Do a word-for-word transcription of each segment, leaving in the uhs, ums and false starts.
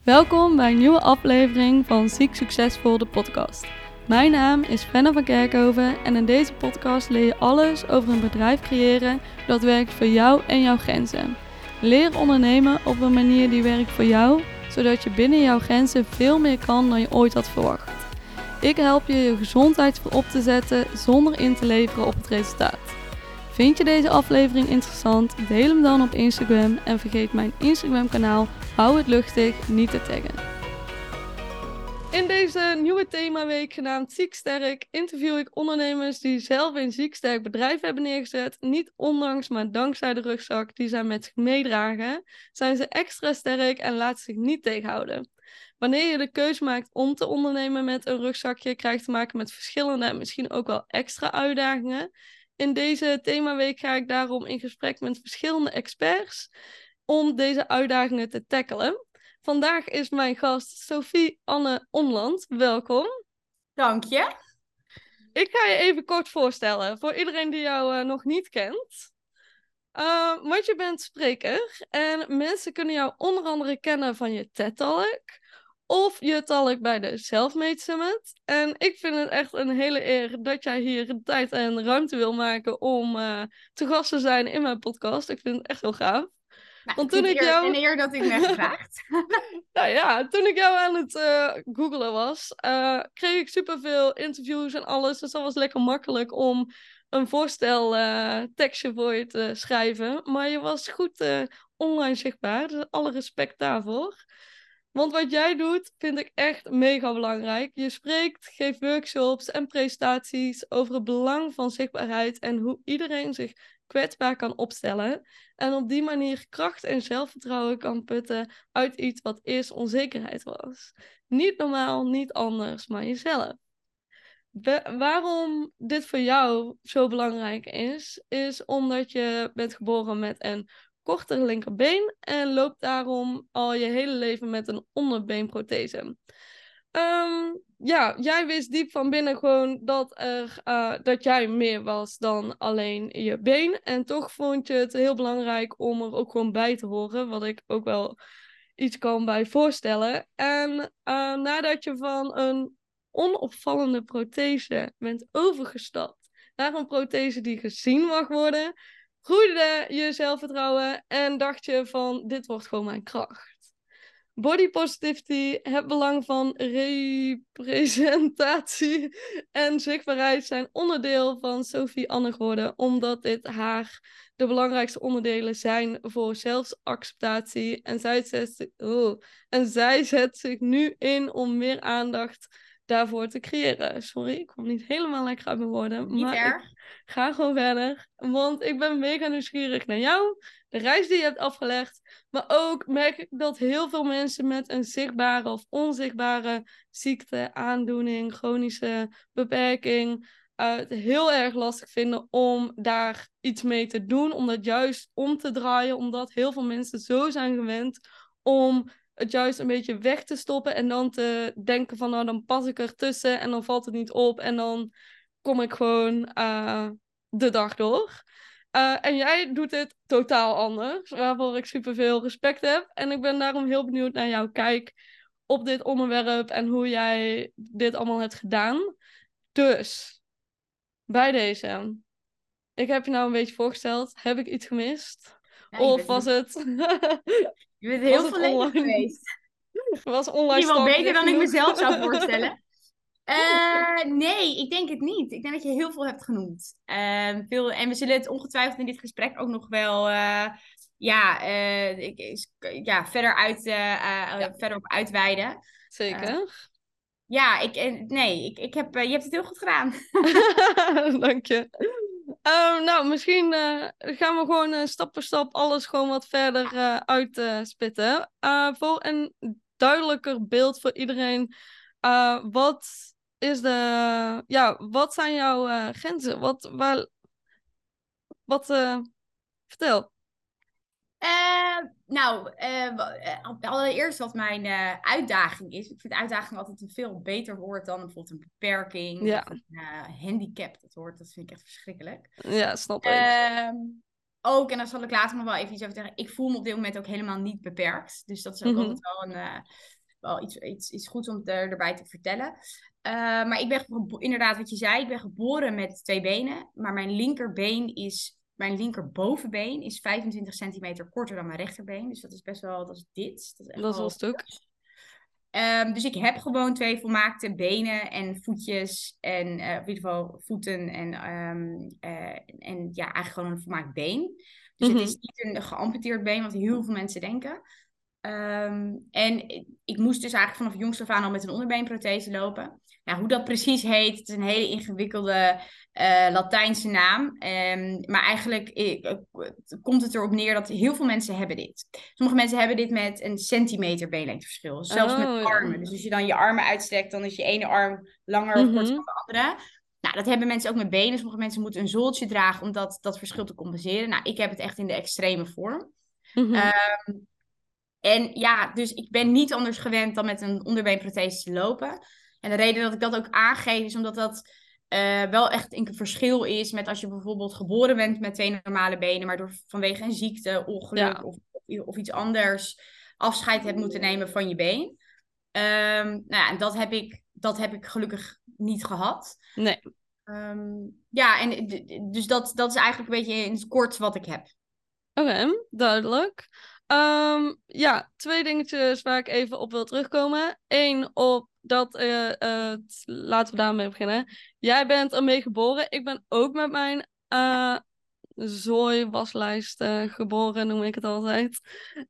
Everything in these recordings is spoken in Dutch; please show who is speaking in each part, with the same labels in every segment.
Speaker 1: Welkom bij een nieuwe aflevering van Ziek Succesvol, de podcast. Mijn naam is Fenna van Kerkhoven en in deze podcast leer je alles over een bedrijf creëren dat werkt voor jou en jouw grenzen. Leer ondernemen op een manier die werkt voor jou, zodat je binnen jouw grenzen veel meer kan dan je ooit had verwacht. Ik help je je gezondheid voorop te zetten zonder in te leveren op het resultaat. Vind je deze aflevering interessant? Deel hem dan op Instagram en vergeet mijn Instagram kanaal Hou het luchtig niet te taggen. In deze nieuwe themaweek genaamd Ziek Sterk interview ik ondernemers die zelf een ziek sterk bedrijf hebben neergezet. Niet ondanks, maar dankzij de rugzak die zij met zich meedragen, zijn ze extra sterk en laten zich niet tegenhouden. Wanneer je de keuze maakt om te ondernemen met een rugzakje, krijg je te maken met verschillende en misschien ook wel extra uitdagingen. In deze themaweek ga ik daarom in gesprek met verschillende experts om deze uitdagingen te tackelen. Vandaag is mijn gast Sophie Anne Onland. Welkom.
Speaker 2: Dank je.
Speaker 1: Ik ga je even kort voorstellen voor iedereen die jou uh, nog niet kent. Uh, want je bent spreker en mensen kunnen jou onder andere kennen van je TED-talk of je talk bij de Selfmade Summit. En ik vind het echt een hele eer dat jij hier tijd en ruimte wil maken om uh, te gast te zijn in mijn podcast. Ik vind het echt heel gaaf.
Speaker 2: Nou,
Speaker 1: Want
Speaker 2: toen
Speaker 1: toen
Speaker 2: ik
Speaker 1: ik
Speaker 2: eer,
Speaker 1: jou...
Speaker 2: een eer dat ik me gevraagd.
Speaker 1: Nou ja, toen ik jou aan het uh, googlen was, uh, kreeg ik superveel interviews en alles. Dus dat was lekker makkelijk om een voorstel uh, tekstje voor je te schrijven. Maar je was goed uh, online zichtbaar, dus alle respect daarvoor. Want wat jij doet, vind ik echt mega belangrijk. Je spreekt, geeft workshops en presentaties over het belang van zichtbaarheid en hoe iedereen zich kwetsbaar kan opstellen. En op die manier kracht en zelfvertrouwen kan putten uit iets wat eerst onzekerheid was. Niet normaal, niet anders, maar jezelf. Be- waarom dit voor jou zo belangrijk is, is omdat je bent geboren met een korter linkerbeen en loopt daarom al je hele leven met een onderbeenprothese. Um, ja, jij wist diep van binnen gewoon dat, er, uh, dat jij meer was dan alleen je been. En toch vond je het heel belangrijk om er ook gewoon bij te horen, wat ik ook wel iets kan bij voorstellen. En uh, nadat je van een onopvallende prothese bent overgestapt naar een prothese die gezien mag worden, groeide je zelfvertrouwen en dacht je van, dit wordt gewoon mijn kracht. Body positivity, het belang van representatie en zichtbaarheid zijn onderdeel van Sophie Anne geworden, omdat dit haar de belangrijkste onderdelen zijn voor zelfacceptatie. En zij zet, oh, en zij zet zich nu in om meer aandacht daarvoor te creëren. Sorry, ik kwam niet helemaal lekker uit mijn woorden,
Speaker 2: Niet
Speaker 1: maar
Speaker 2: erg.
Speaker 1: ik ga gewoon verder, want ik ben mega nieuwsgierig naar jou, de reis die je hebt afgelegd. Maar ook merk ik dat heel veel mensen met een zichtbare of onzichtbare ziekte, aandoening, chronische beperking, uh, het heel erg lastig vinden om daar iets mee te doen. Om dat juist om te draaien. Omdat heel veel mensen zo zijn gewend om het juist een beetje weg te stoppen. En dan te denken van nou dan pas ik ertussen en dan valt het niet op. En dan kom ik gewoon uh, de dag door. Uh, en jij doet dit totaal anders, waarvoor ik superveel respect heb. En ik ben daarom heel benieuwd naar jouw kijk op dit onderwerp en hoe jij dit allemaal hebt gedaan. Dus, bij deze. Ik heb je nou een beetje voorgesteld. Heb ik iets gemist?
Speaker 2: Ja, je
Speaker 1: Of
Speaker 2: bent
Speaker 1: was
Speaker 2: heel,
Speaker 1: het...
Speaker 2: je bent
Speaker 1: was
Speaker 2: heel
Speaker 1: het
Speaker 2: volledig
Speaker 1: online?
Speaker 2: geweest.
Speaker 1: Was online
Speaker 2: Misschien wel
Speaker 1: stalk
Speaker 2: beter
Speaker 1: niet
Speaker 2: dan ik
Speaker 1: genoeg?
Speaker 2: mezelf zou voorstellen. Uh, nee, ik denk het niet. Ik denk dat je heel veel hebt genoemd. Uh, veel, en we zullen het ongetwijfeld in dit gesprek ook nog wel uh, ja, uh, ik, ja, verder, uit, uh, uh,
Speaker 1: Ja,
Speaker 2: verder op uitweiden. Uh,
Speaker 1: zeker.
Speaker 2: ja, ik, nee, ik, ik heb, uh, je hebt het heel goed gedaan.
Speaker 1: Dank je. Um, nou, misschien uh, gaan we gewoon uh, stap voor stap alles gewoon wat verder uh, uitspitten. Uh, voor een duidelijker beeld voor iedereen. Uh, wat is de... Ja, wat zijn jouw uh, grenzen? Wat... Waar, wat... Uh, vertel.
Speaker 2: Uh, nou, uh, allereerst wat mijn uh, uitdaging is. Ik vind uitdaging altijd een veel beter woord dan bijvoorbeeld een beperking
Speaker 1: Ja.
Speaker 2: of een uh, handicap. Dat woord, dat vind ik echt verschrikkelijk.
Speaker 1: Ja, snap ik.
Speaker 2: Uh, ook, en daar zal ik later nog wel even iets over zeggen. Ik voel me op dit moment ook helemaal niet beperkt. Dus dat is ook
Speaker 1: Mm-hmm.
Speaker 2: altijd wel een... Uh, wel iets, iets, iets goeds om er, erbij te vertellen. Uh, maar ik ben gebo- inderdaad wat je zei, ik ben geboren met twee benen. Maar mijn linkerbeen is, mijn linkerbovenbeen is vijfentwintig centimeter korter dan mijn rechterbeen. Dus dat is best wel, dat is dit. Dat is echt
Speaker 1: Dat is wel een
Speaker 2: wel...
Speaker 1: stuk.
Speaker 2: Um, dus ik heb gewoon twee volmaakte benen en voetjes. En uh, in ieder geval voeten en, um, uh, en ja, eigenlijk gewoon een volmaakt been. Dus
Speaker 1: Mhm.
Speaker 2: het is niet een geamputeerd been, wat heel veel mensen denken. Um, en ik, ik moest dus eigenlijk vanaf jongs af aan al met een onderbeenprothese lopen. Nou, hoe dat precies heet, het is een hele ingewikkelde uh, Latijnse naam. Um, maar eigenlijk uh, komt het erop neer dat heel veel mensen hebben dit. Sommige mensen hebben dit met een centimeter beenlengteverschil. Zelfs met
Speaker 1: Oh, ja.
Speaker 2: armen. Dus als je dan je armen uitstrekt, dan is je ene arm langer of korter
Speaker 1: Mhm.
Speaker 2: dan de andere. Nou, dat hebben mensen ook met benen. Sommige mensen moeten een zooltje dragen om dat, dat verschil te compenseren. Nou, ik heb het echt in de extreme vorm.
Speaker 1: Mhm.
Speaker 2: Um, En ja, dus ik ben niet anders gewend dan met een onderbeenprothese te lopen. En de reden dat ik dat ook aangeef is omdat dat uh, wel echt een verschil is met als je bijvoorbeeld geboren bent met twee normale benen, maar door vanwege een ziekte, ongeluk
Speaker 1: Ja.
Speaker 2: of, of iets anders afscheid hebt moeten nemen van je been. Um, nou ja, en dat heb ik, dat heb ik gelukkig niet gehad.
Speaker 1: Nee.
Speaker 2: Um, ja, en d- dus dat, dat is eigenlijk een beetje in het kort wat ik heb.
Speaker 1: Oké, okay, duidelijk. Um, ja, twee dingetjes waar ik even op wil terugkomen. Eén, op dat, uh, uh, laten we daarmee beginnen. Jij bent ermee geboren. Ik ben ook met mijn uh, zooi-waslijst uh, geboren, noem ik het altijd.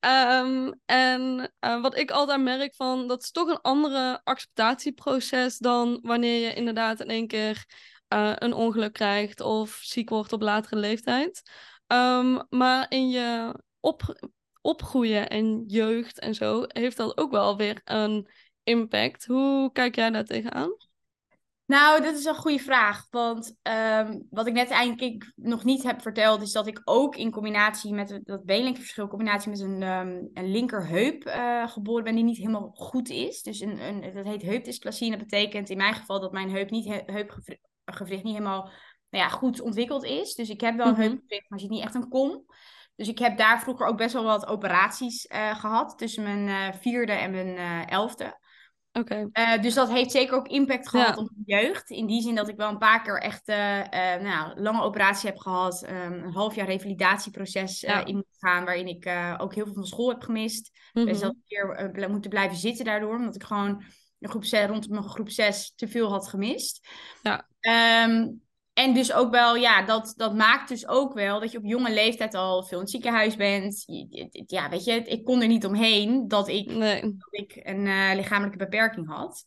Speaker 1: Um, en uh, wat ik altijd merk van, dat is toch een andere acceptatieproces dan wanneer je inderdaad in één keer uh, een ongeluk krijgt of ziek wordt op latere leeftijd. Um, maar in je op, opgroeien en jeugd en zo heeft dat ook wel weer een impact. Hoe kijk jij daar tegenaan?
Speaker 2: Nou, dat is een goede vraag. Want um, wat ik net eigenlijk nog niet heb verteld, is dat ik ook in combinatie met dat beenlengteverschil, in combinatie met een, um, een linkerheup uh, geboren ben die niet helemaal goed is. Dus een, een, dat heet heupdysplasie. En dat betekent in mijn geval dat mijn heup niet, he, heupgewricht niet helemaal nou ja, goed ontwikkeld is. Dus ik heb wel een
Speaker 1: Mm-hmm.
Speaker 2: heupgewricht, maar het is niet echt een kom. Dus ik heb daar vroeger ook best wel wat operaties uh, gehad. Tussen mijn uh, vierde en mijn uh, elfde.
Speaker 1: Oké.
Speaker 2: Okay. Uh, dus dat heeft zeker ook impact gehad
Speaker 1: Ja.
Speaker 2: op de jeugd. In die zin dat ik wel een paar keer echt uh, uh, nou, lange operatie heb gehad. Um, een half jaar revalidatieproces uh,
Speaker 1: Ja.
Speaker 2: in moet gaan. Waarin ik uh, ook heel veel van school heb gemist.
Speaker 1: Mm-hmm.
Speaker 2: Ik ben zelfs een keer uh, moeten blijven zitten daardoor. Omdat ik gewoon in groep zes, rond mijn groep zes te veel had gemist.
Speaker 1: Ja.
Speaker 2: Um, en dus ook wel, ja, dat, dat maakt dus ook wel dat je op jonge leeftijd al veel in het ziekenhuis bent. Ja, weet je, ik kon er niet omheen dat ik,
Speaker 1: nee.
Speaker 2: dat ik een uh, lichamelijke beperking had.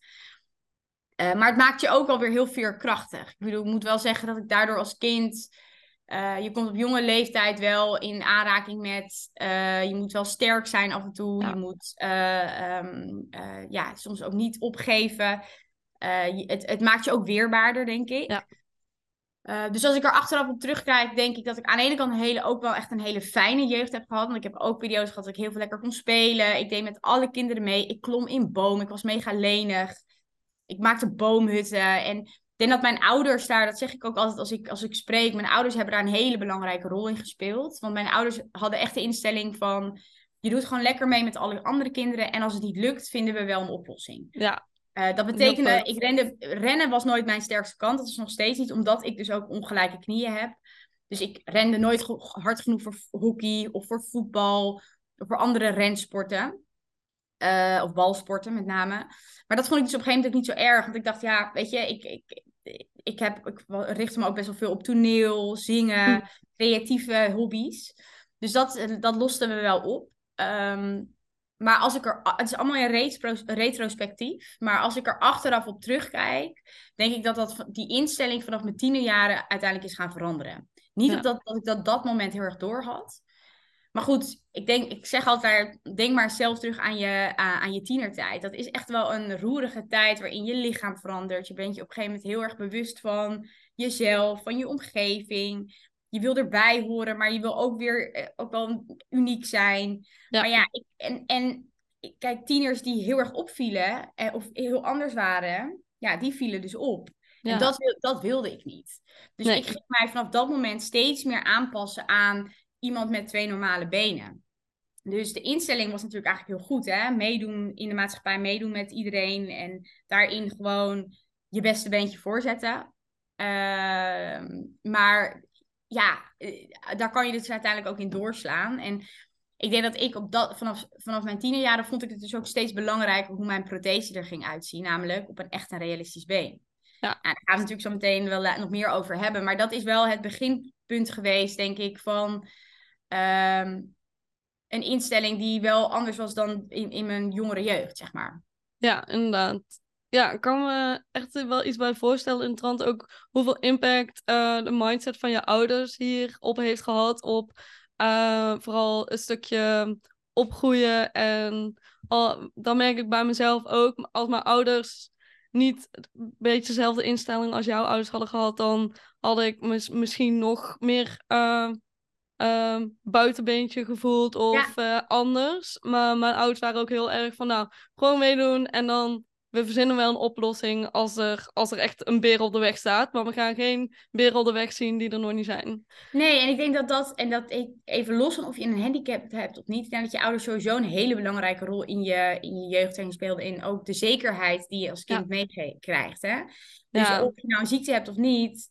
Speaker 2: Uh, maar het maakt je ook alweer heel veerkrachtig. Ik bedoel, ik moet wel zeggen dat ik daardoor als kind... Uh, je komt op jonge leeftijd wel in aanraking met... Uh, je moet wel sterk zijn af en toe. Ja. Je moet uh, um, uh, ja, soms ook niet opgeven. Uh, je, het, het maakt je ook weerbaarder, denk ik.
Speaker 1: Ja.
Speaker 2: Uh, dus als ik er achteraf op terugkijk, denk ik dat ik aan de ene kant een hele, ook wel echt een hele fijne jeugd heb gehad. Want ik heb ook periodes gehad dat ik heel veel lekker kon spelen. Ik deed met alle kinderen mee. Ik klom in bomen. Ik was mega lenig. Ik maakte boomhutten. En ik denk dat mijn ouders daar, dat zeg ik ook altijd als ik, als ik spreek, mijn ouders hebben daar een hele belangrijke rol in gespeeld. Want mijn ouders hadden echt de instelling van, je doet gewoon lekker mee met alle andere kinderen. En als het niet lukt, vinden we wel een oplossing.
Speaker 1: Ja.
Speaker 2: Uh, dat betekende, ik rende, rennen was nooit mijn sterkste kant. Dat is nog steeds niet, omdat ik dus ook ongelijke knieën heb. Dus ik rende nooit hard genoeg voor hockey of voor voetbal of voor andere rensporten. Uh, of balsporten met name. Maar dat vond ik dus op een gegeven moment ook niet zo erg. Want ik dacht, ja, weet je, ik, ik, ik, heb, ik richtte me ook best wel veel op toneel, zingen, creatieve hobby's. Dus dat, dat losten we wel op. Um, Maar als ik er... Het is allemaal in retro, retrospectief. Maar als ik er achteraf op terugkijk... denk ik dat, dat die instelling vanaf mijn tienerjaren uiteindelijk is gaan veranderen. Niet ja. dat, dat ik dat dat moment heel erg door had. Maar goed, ik, denk, ik zeg altijd... Denk maar zelf terug aan je, aan, aan je tienertijd. Dat is echt wel een roerige tijd waarin je lichaam verandert. Je bent je op een gegeven moment heel erg bewust van jezelf, van je omgeving. Je wil erbij horen, maar je wil ook weer ook wel uniek zijn. Ja. Maar ja, ik, en, en kijk, tieners die heel erg opvielen eh, of heel anders waren, ja, die vielen dus op. Ja. En dat, dat wilde ik niet. Dus nee. Ik ging mij vanaf dat moment steeds meer aanpassen aan iemand met twee normale benen. Dus de instelling was natuurlijk eigenlijk heel goed, hè? Meedoen in de maatschappij, meedoen met iedereen en daarin gewoon je beste beentje voorzetten. Ehm, maar ja, eh, daar kan je dus uiteindelijk ook in doorslaan. En ik denk dat ik op dat, vanaf, vanaf mijn tienerjaren vond ik het dus ook steeds belangrijker hoe mijn prothese er ging uitzien. Namelijk op een echt een realistisch been.
Speaker 1: Ja.
Speaker 2: Nou, daar gaan we natuurlijk zo meteen wel la- nog meer over hebben. Maar dat is wel het beginpunt geweest, denk ik, van ehm, een instelling die wel anders was dan in, in mijn jongere jeugd, zeg maar.
Speaker 1: Ja, inderdaad. Ja, ik kan me echt wel iets bij voorstellen. Interessant ook hoeveel impact eh, de mindset van je ouders hierop heeft gehad. Op eh, vooral een stukje opgroeien. En al, dan merk ik bij mezelf ook, als mijn ouders niet een beetje dezelfde instelling als jouw ouders hadden gehad, dan had ik mis- misschien nog meer eh, eh, buitenbeentje gevoeld
Speaker 2: Ja,
Speaker 1: of eh, anders. Maar mijn ouders waren ook heel erg van, nou, gewoon meedoen en dan, we verzinnen wel een oplossing als er, als er echt een beer op de weg staat. Maar we gaan geen beren op de weg zien die er nog niet zijn.
Speaker 2: nee, en ik denk dat dat, en dat ik even los van of je een handicap hebt of niet, ik denk dat je ouders sowieso een hele belangrijke rol in je, in je jeugd en speelden. In ook de zekerheid die je als
Speaker 1: Ja,
Speaker 2: kind meekrijgt. Hè? Dus
Speaker 1: ja,
Speaker 2: of je nou een ziekte hebt of niet,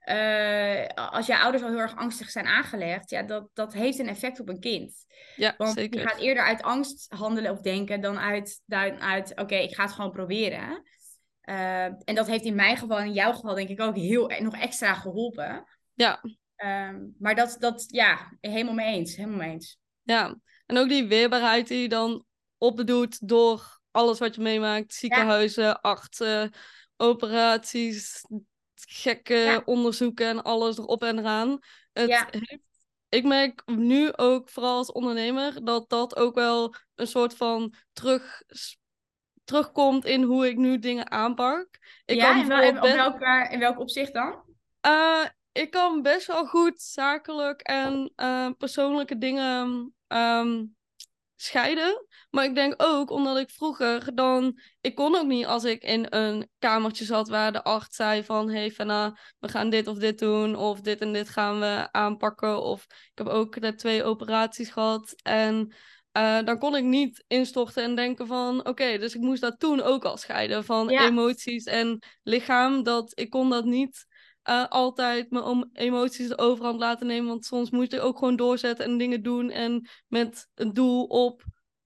Speaker 2: eh, als je ouders al heel erg angstig zijn aangelegd, ja, dat, dat heeft een effect op een kind.
Speaker 1: ja,
Speaker 2: Want je gaat
Speaker 1: zeker.
Speaker 2: eerder uit angst handelen of denken dan uit, dan uit oké, ik ga het gewoon proberen. Uh, en dat heeft in mijn geval en in jouw geval denk ik ook heel nog extra geholpen.
Speaker 1: Ja,
Speaker 2: Um, maar dat, dat, ja, helemaal mee eens. Helemaal mee eens.
Speaker 1: ja. En ook die weerbaarheid die je dan opdoet door alles wat je meemaakt.
Speaker 2: Ja,
Speaker 1: Ziekenhuizen, artsen, operaties, gekke
Speaker 2: ja,
Speaker 1: onderzoeken en alles erop en eraan. Het
Speaker 2: ja,
Speaker 1: heeft, ik merk nu ook, vooral als ondernemer, dat dat ook wel een soort van terug, terugkomt in hoe ik nu dingen aanpak. Ik kan
Speaker 2: ja. En, wel,
Speaker 1: bijvoorbeeld
Speaker 2: en op
Speaker 1: best
Speaker 2: welke, in welk opzicht dan?
Speaker 1: Uh, ik kan best wel goed zakelijk en uh, persoonlijke dingen um, scheiden. Maar ik denk ook omdat ik vroeger dan... Ik kon ook niet als ik in een kamertje zat waar de arts zei van... Hey Fenna, we gaan dit of dit doen. Of dit en dit gaan we aanpakken. Of ik heb ook net twee operaties gehad. En uh, dan kon ik niet instorten en denken van... Oké, okay, dus ik moest dat toen ook al scheiden. Van
Speaker 2: Ja,
Speaker 1: emoties en lichaam. Dat, ik kon dat niet... Uh, altijd mijn emoties de overhand laten nemen. Want soms moest ik ook gewoon doorzetten en dingen doen. En met een doel op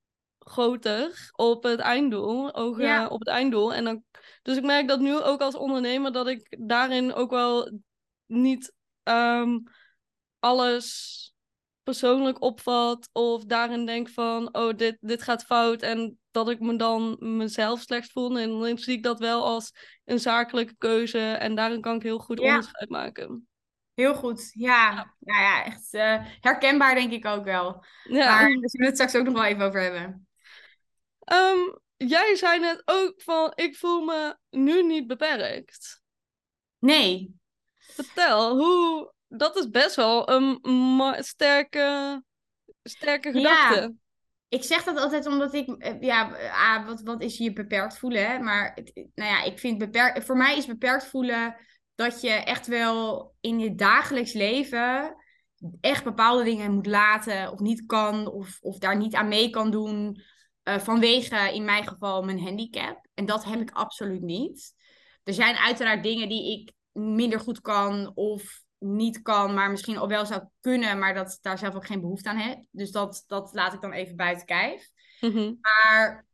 Speaker 1: groter, op het einddoel. Ogen
Speaker 2: ja,
Speaker 1: op het einddoel. En dan, dus ik merk dat nu ook als ondernemer dat ik daarin ook wel niet um, alles persoonlijk opvat. Of daarin denk van, oh, dit, dit gaat fout. En dat ik me dan mezelf slecht voel. En dan zie ik dat wel als een zakelijke keuze. En daarin kan ik heel goed
Speaker 2: ja.
Speaker 1: onderscheid maken.
Speaker 2: Heel goed. Ja, nou ja, echt uh, herkenbaar denk ik ook wel.
Speaker 1: Ja.
Speaker 2: Maar daar zullen we het straks ook nog wel even over hebben.
Speaker 1: Um, jij zei net ook van, ik voel me nu niet beperkt.
Speaker 2: Nee.
Speaker 1: Vertel, hoe... Dat is best wel een ma- sterke, sterke
Speaker 2: Ja,
Speaker 1: gedachte.
Speaker 2: ik zeg dat altijd omdat ik, eh, ja, ah, wat, wat is hier beperkt voelen, hè? Maar het, nou ja, ik vind beperkt, voor mij is beperkt voelen dat je echt wel in je dagelijks leven echt bepaalde dingen moet laten of niet kan of, of daar niet aan mee kan doen uh, vanwege in mijn geval mijn handicap. En dat heb ik absoluut niet. Er zijn uiteraard dingen die ik minder goed kan of niet kan, maar misschien al wel zou kunnen, maar dat daar zelf ook geen behoefte aan heb. Dus dat, dat laat ik dan even buiten kijf.
Speaker 1: Mhm.
Speaker 2: Maar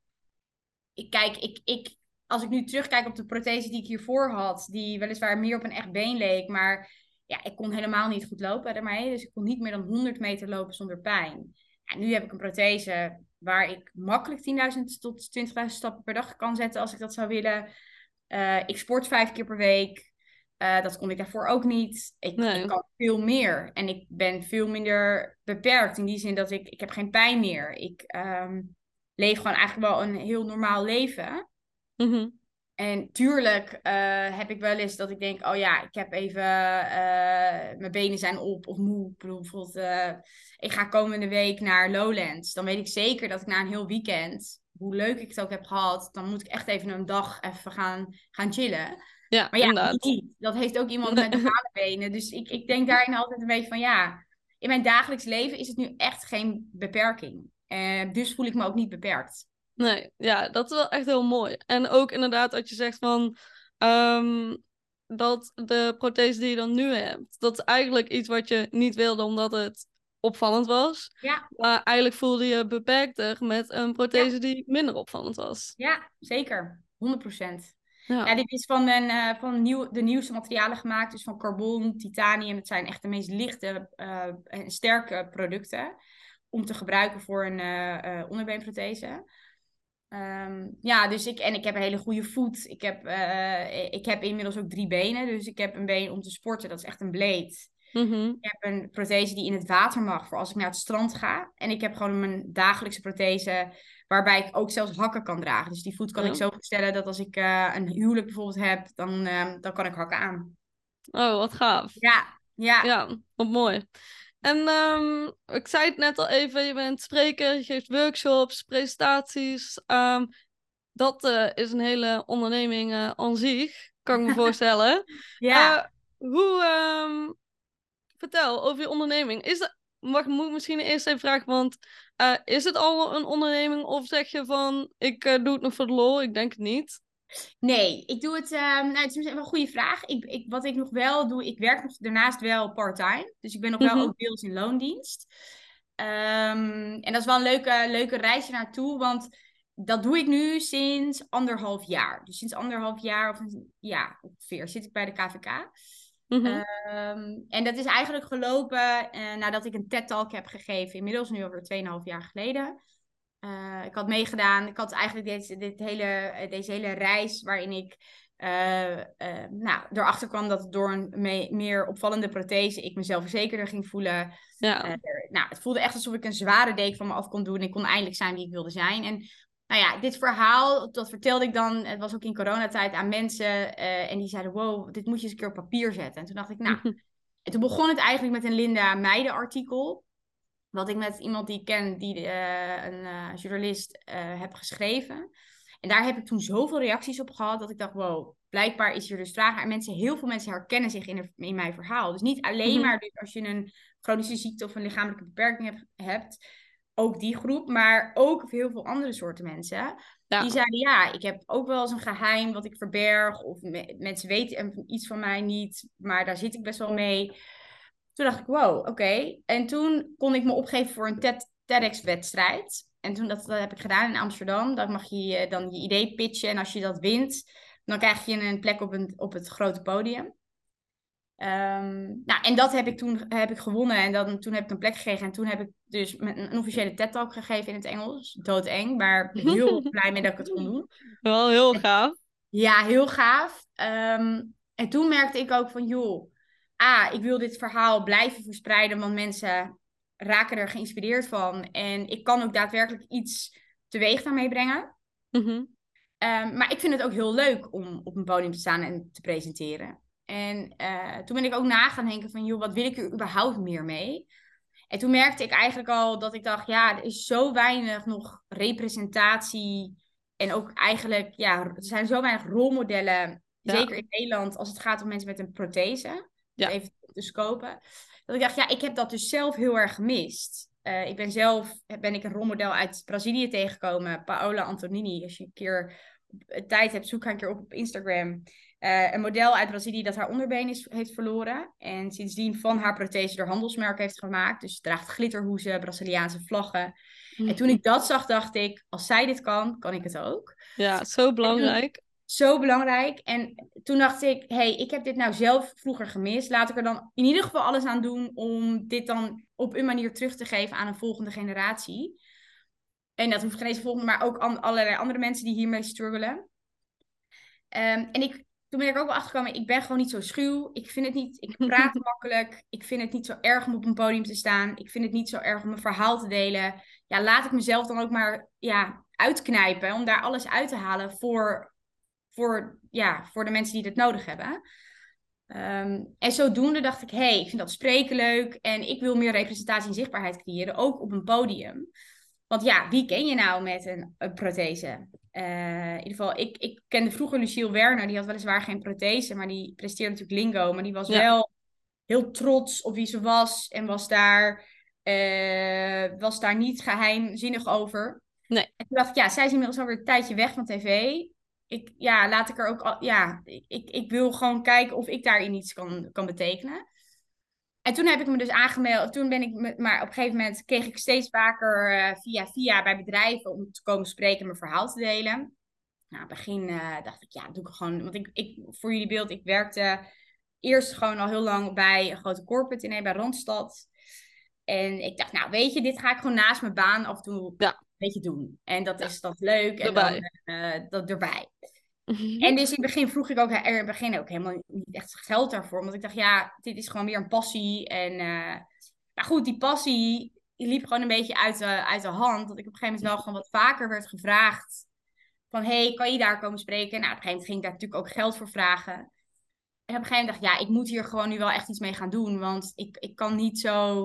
Speaker 2: ik kijk, ik, ik, als ik nu terugkijk op de prothese die ik hiervoor had, die weliswaar meer op een echt been leek, maar ja, ik kon helemaal niet goed lopen daarmee. Dus ik kon niet meer dan honderd meter lopen zonder pijn. En nu heb ik een prothese waar ik makkelijk tienduizend tot twintigduizend stappen per dag kan zetten als ik dat zou willen. Uh, ik sport vijf keer per week. Uh, dat kon ik daarvoor ook niet. Ik, ik
Speaker 1: Nee.
Speaker 2: kan veel meer. En ik ben veel minder beperkt. In die zin dat ik... Ik heb geen pijn meer. Ik um, leef gewoon eigenlijk wel een heel normaal leven.
Speaker 1: Mhm.
Speaker 2: En tuurlijk uh, heb ik wel eens dat ik denk... Oh ja, ik heb even... Uh, mijn benen zijn op of moe. Ik bedoel, bijvoorbeeld... Uh, ik ga komende week naar Lowlands. Dan weet ik zeker dat ik na een heel weekend... Hoe leuk ik het ook heb gehad... Dan moet ik echt even een dag even gaan, gaan chillen.
Speaker 1: Ja,
Speaker 2: Maar ja, die
Speaker 1: inderdaad.
Speaker 2: niet. Dat heeft ook iemand met
Speaker 1: Nee.
Speaker 2: normale benen. Dus ik, ik denk daarin altijd een beetje van ja, in mijn dagelijks leven is het nu echt geen beperking. Uh, dus voel ik me ook niet beperkt.
Speaker 1: Nee, ja, dat is wel echt heel mooi. En ook inderdaad dat je zegt van... Um, dat de prothese die je dan nu hebt... dat is eigenlijk iets wat je niet wilde omdat het opvallend was.
Speaker 2: Ja.
Speaker 1: Maar eigenlijk voelde je beperkter met een prothese ja. die minder opvallend was.
Speaker 2: Ja, zeker. honderd procent.
Speaker 1: Ja.
Speaker 2: Ja, dit is van, een, uh, van nieuw, de nieuwste materialen gemaakt. Dus van carbon, titanium. Het zijn echt de meest lichte uh, en sterke producten. Om te gebruiken voor een uh, uh, onderbeenprothese. Um, ja, dus ik, en ik heb een hele goede voet. Ik heb, uh, ik heb inmiddels ook drie benen. Dus ik heb een been om te sporten. Dat is echt een blade.
Speaker 1: Mm-hmm.
Speaker 2: Ik heb een prothese die in het water mag voor als ik naar het strand ga. En ik heb gewoon mijn dagelijkse prothese waarbij ik ook zelfs hakken kan dragen. Dus die voet kan ja. ik zo verstellen dat als ik uh, een huwelijk bijvoorbeeld heb, dan, uh, dan kan ik hakken aan.
Speaker 1: Oh, wat gaaf.
Speaker 2: Ja, ja.
Speaker 1: Ja, wat mooi. En um, ik zei het net al even, je bent spreker, je geeft workshops, presentaties. Um, dat uh, is een hele onderneming uh, aan zich, kan ik me voorstellen.
Speaker 2: Ja.
Speaker 1: Uh, hoe, um, vertel over je onderneming. Is dat, mag, moet ik misschien eerst even vragen, want uh, is het al een onderneming of zeg je van, ik uh, doe het nog voor de lol? Ik denk het niet.
Speaker 2: Nee, ik doe het, uh, nou het is wel een goede vraag. Ik, ik, wat ik nog wel doe, ik werk nog daarnaast wel part-time. Dus ik ben nog wel mm-hmm. ook deels in loondienst. Um, en dat is wel een leuke, leuke reis naartoe, want dat doe ik nu sinds anderhalf jaar. Dus sinds anderhalf jaar, of ja, ongeveer, zit ik bij de K V K. Mm-hmm. Um, en dat is eigenlijk gelopen uh, nadat ik een TED-talk heb gegeven. Inmiddels nu over tweeënhalf jaar geleden. Uh, ik had meegedaan. Ik had eigenlijk dit, dit hele, deze hele reis waarin ik uh, uh, nou, erachter kwam dat door een me- meer opvallende prothese ik mezelf verzekerder ging voelen.
Speaker 1: Ja.
Speaker 2: Uh, nou, het voelde echt alsof ik een zware deken van me af kon doen. En ik kon eindelijk zijn wie ik wilde zijn. En nou ja, dit verhaal, dat vertelde ik dan, het was ook in coronatijd, aan mensen. Uh, en die zeiden, wow, dit moet je eens een keer op papier zetten. En toen dacht ik, nou... en toen begon het eigenlijk met een Linda Meijden artikel. Wat ik met iemand die ik ken, die uh, een uh, journalist, uh, heb geschreven. En daar heb ik toen zoveel reacties op gehad, dat ik dacht, wow, blijkbaar is er dus vraag naar. En mensen, heel veel mensen herkennen zich in, de, in mijn verhaal. Dus niet alleen mm-hmm. maar dus als je een chronische ziekte of een lichamelijke beperking heb, hebt... ook die groep, maar ook heel veel andere soorten mensen. Ja. Die zeiden, ja, ik heb ook wel eens een geheim wat ik verberg. Of me- mensen weten iets van mij niet, maar daar zit ik best wel mee. Toen dacht ik, wow, oké. Okay. En toen kon ik me opgeven voor een TED, TEDx-wedstrijd. En toen dat, dat heb ik gedaan in Amsterdam. Dan mag je dan je idee pitchen. En als je dat wint, dan krijg je een plek op, een, op het grote podium. Um, nou, en dat heb ik toen heb ik gewonnen en dan, toen heb ik een plek gekregen en toen heb ik dus een officiële TED-talk gegeven in het Engels. Doodeng, maar heel blij mee dat ik het kon doen.
Speaker 1: Wel heel gaaf.
Speaker 2: Ja, heel gaaf. Um, en toen merkte ik ook van, joh, ah, ik wil dit verhaal blijven verspreiden, want mensen raken er geïnspireerd van. En ik kan ook daadwerkelijk iets teweeg daarmee brengen. Mm-hmm. Um, maar ik vind het ook heel leuk om op een podium te staan en te presenteren. En uh, toen ben ik ook na gaan denken van, joh, wat wil ik er überhaupt meer mee? En toen merkte ik eigenlijk al dat ik dacht, ja, er is zo weinig nog representatie. En ook eigenlijk, ja, er zijn zo weinig rolmodellen, ja. Zeker in Nederland, als het gaat om mensen met een prothese. Ja. Even te scopen. Dat ik dacht, ja, ik heb dat dus zelf heel erg gemist. Uh, ik ben zelf, ben ik een rolmodel uit Brazilië tegengekomen, Paola Antonini. Als je een keer tijd hebt, zoek haar een keer op op Instagram. Uh, een model uit Brazilië dat haar onderbeen is, heeft verloren. En sindsdien van haar prothese er handelsmerk heeft gemaakt. Dus ze draagt glitterhoezen, Braziliaanse vlaggen. Mm-hmm. En toen ik dat zag, dacht ik, als zij dit kan, kan ik het ook.
Speaker 1: Ja, zo belangrijk.
Speaker 2: Toen, zo belangrijk. En toen dacht ik, hé, hey, ik heb dit nou zelf vroeger gemist. Laat ik er dan in ieder geval alles aan doen om dit dan op een manier terug te geven aan een volgende generatie. En dat hoeft geen eens volgende, maar ook an- allerlei andere mensen die hiermee struggelen. Um, en ik... Toen ben ik ook wel achtergekomen, ik ben gewoon niet zo schuw. Ik vind het niet, ik praat makkelijk. Ik vind het niet zo erg om op een podium te staan. Ik vind het niet zo erg om een verhaal te delen. Ja, laat ik mezelf dan ook maar ja, uitknijpen. Om daar alles uit te halen voor, voor, ja, voor de mensen die dit nodig hebben. Um, en zodoende dacht ik, hé, hey, ik vind dat spreken leuk. En ik wil meer representatie en zichtbaarheid creëren. Ook op een podium. Want ja, wie ken je nou met een, een prothese? Uh, in ieder geval, ik, ik kende vroeger Lucille Werner. Die had weliswaar geen prothese, maar die presteerde natuurlijk lingo. Maar die was ja. wel heel trots op wie ze was. En was daar Uh, was daar niet geheimzinnig over.
Speaker 1: Nee.
Speaker 2: En toen dacht ik, ja, zij is inmiddels alweer een tijdje weg van tv. Ik, ja, laat ik er ook... Al, ja, ik, ik wil gewoon kijken of ik daarin iets kan, kan betekenen. En toen heb ik me dus aangemeld. Toen ben ik... Me, maar op een gegeven moment kreeg ik steeds vaker uh, via via bij bedrijven om te komen spreken en mijn verhaal te delen. Nou, in het begin uh, dacht ik, ja, dat doe ik gewoon... Want ik, ik, voor jullie beeld, ik werkte eerst gewoon al heel lang bij een grote corporate in bij Randstad. En ik dacht, nou, weet je, dit ga ik gewoon naast mijn baan af en toe
Speaker 1: ja.
Speaker 2: een beetje doen. En dat is dat leuk. En
Speaker 1: erbij.
Speaker 2: dan uh, dat erbij. En dus in het begin vroeg ik ook, er in het begin ook helemaal niet echt geld daarvoor. Want ik dacht, ja, dit is gewoon weer een passie. En uh, maar goed, die passie die liep gewoon een beetje uit de, uit de hand. Dat ik op een gegeven moment wel gewoon wat vaker werd gevraagd. Van, hey, kan je daar komen spreken? Nou, op een gegeven moment ging ik daar natuurlijk ook geld voor vragen. En op een gegeven moment dacht ik, ja, ik moet hier gewoon nu wel echt iets mee gaan doen. Want ik, ik kan niet zo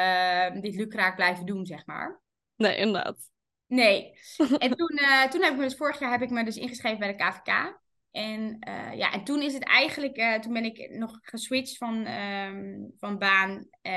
Speaker 2: uh, dit lukraak blijven doen, zeg maar.
Speaker 1: Nee, inderdaad.
Speaker 2: Nee. En toen, uh, toen heb ik me dus vorig jaar heb ik me dus ingeschreven bij de K V K. En uh, ja, en toen is het eigenlijk, uh, toen ben ik nog geswitcht van, um, van baan.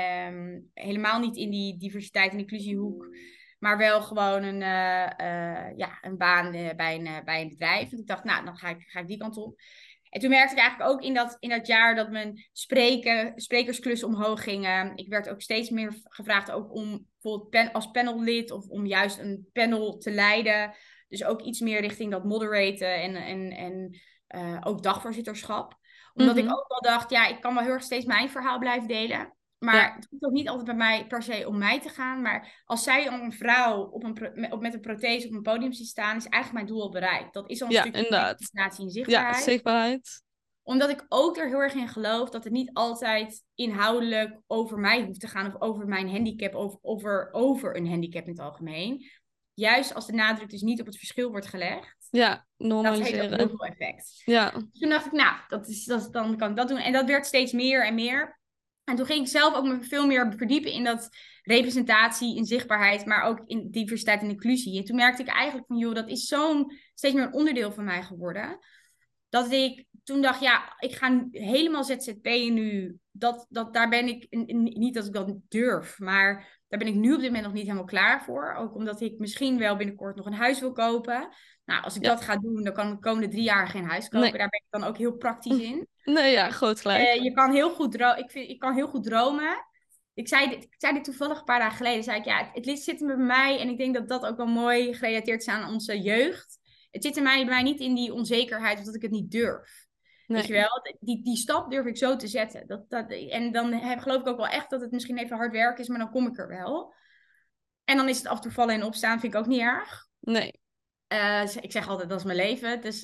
Speaker 2: Um, helemaal niet in die diversiteit en inclusiehoek. Maar wel gewoon een, uh, uh, ja, een baan uh, bij, een, uh, bij een bedrijf. En ik dacht, nou, dan ga ik, ga ik die kant op. En toen merkte ik eigenlijk ook in dat, in dat jaar dat mijn spreken, sprekersklussen omhoog gingen. Ik werd ook steeds meer gevraagd ook om bijvoorbeeld pen, als panellid of om juist een panel te leiden. Dus ook iets meer richting dat moderaten en, en, en uh, ook dagvoorzitterschap. Omdat mm-hmm. ik ook wel dacht, ja, ik kan wel heel erg steeds mijn verhaal blijven delen. Maar ja. Het hoeft ook niet altijd bij mij per se om mij te gaan. Maar als zij een vrouw op een, op, met een prothese op een podium ziet staan, is eigenlijk mijn doel al bereikt. Dat is al een
Speaker 1: ja,
Speaker 2: stukje representatie en zichtbaarheid.
Speaker 1: Ja, zichtbaarheid.
Speaker 2: Omdat ik ook er heel erg in geloof dat het niet altijd inhoudelijk over mij hoeft te gaan. Of over mijn handicap, of over, over een handicap in het algemeen. Juist als de nadruk dus niet op het verschil wordt gelegd.
Speaker 1: Ja, normaliseren.
Speaker 2: Dat heeft ook heel veel effect.
Speaker 1: Ja.
Speaker 2: Dus toen dacht ik, nou, dat is, dat, dan kan ik dat doen. En dat werd steeds meer en meer. En toen ging ik zelf ook me veel meer verdiepen in dat representatie, in zichtbaarheid, maar ook in diversiteit en inclusie. En toen merkte ik eigenlijk van, joh, dat is zo'n steeds meer een onderdeel van mij geworden. Dat ik toen dacht, ja, ik ga helemaal Z Z P'en nu. Dat, dat, daar ben ik, niet dat ik dat durf, maar daar ben ik nu op dit moment nog niet helemaal klaar voor. Ook omdat ik misschien wel binnenkort nog een huis wil kopen. Nou, als ik ja. dat ga doen, dan kan ik de komende drie jaar geen huis kopen. Nee. Daar ben ik dan ook heel praktisch in.
Speaker 1: Nee, ja, groot gelijk.
Speaker 2: Uh, je kan heel goed dromen. Ik, vind, ik kan heel goed dromen. Ik zei, dit, ik zei dit toevallig een paar dagen geleden. Zei ik, ja, het, het zit bij mij. En ik denk dat dat ook wel mooi gerelateerd is aan onze jeugd. Het zit in mij, bij mij niet in die onzekerheid of dat ik het niet durf. Nee. Weet je wel? Die, die stap durf ik zo te zetten. Dat, dat, en dan heb, geloof ik ook wel echt dat het misschien even hard werk is, maar dan kom ik er wel. En dan is het af en toe vallen en opstaan, vind ik ook niet erg.
Speaker 1: Nee.
Speaker 2: Uh, ik zeg altijd, dat is mijn leven. Dus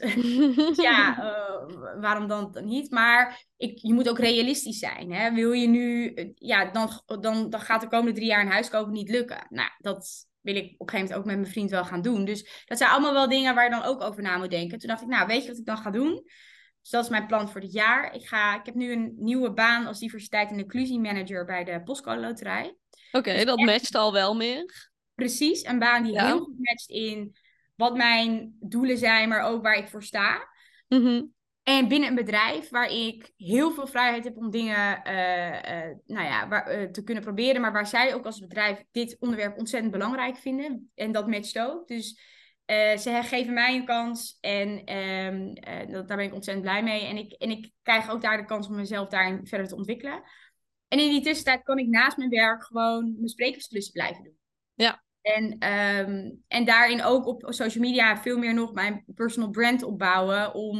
Speaker 2: ja, uh, waarom dan niet? Maar ik, je moet ook realistisch zijn. Hè? Wil je nu... Ja, dan, dan, dan gaat de komende drie jaar een huis kopen niet lukken. Nou, dat wil ik op een gegeven moment ook met mijn vriend wel gaan doen. Dus dat zijn allemaal wel dingen waar je dan ook over na moet denken. Toen dacht ik, nou, weet je wat ik dan ga doen? Dus dat is mijn plan voor dit jaar. Ik, ga, ik heb nu een nieuwe baan als diversiteit en inclusie manager bij de Postcode Loterij.
Speaker 1: Oké, okay, dus dat echt... matcht al wel meer.
Speaker 2: Precies, een baan die ja. heel goed matcht in wat mijn doelen zijn, maar ook waar ik voor sta.
Speaker 1: Mm-hmm.
Speaker 2: En binnen een bedrijf waar ik heel veel vrijheid heb om dingen uh, uh, nou ja, waar, uh, te kunnen proberen. Maar waar zij ook als bedrijf dit onderwerp ontzettend belangrijk vinden. En dat matcht ook. Dus uh, ze geven mij een kans. En um, uh, dat, daar ben ik ontzettend blij mee. En ik, en ik krijg ook daar de kans om mezelf daarin verder te ontwikkelen. En in die tussentijd kan ik naast mijn werk gewoon mijn sprekersklussen blijven doen.
Speaker 1: Ja.
Speaker 2: En, um, en daarin ook op social media veel meer nog mijn personal brand opbouwen. Om,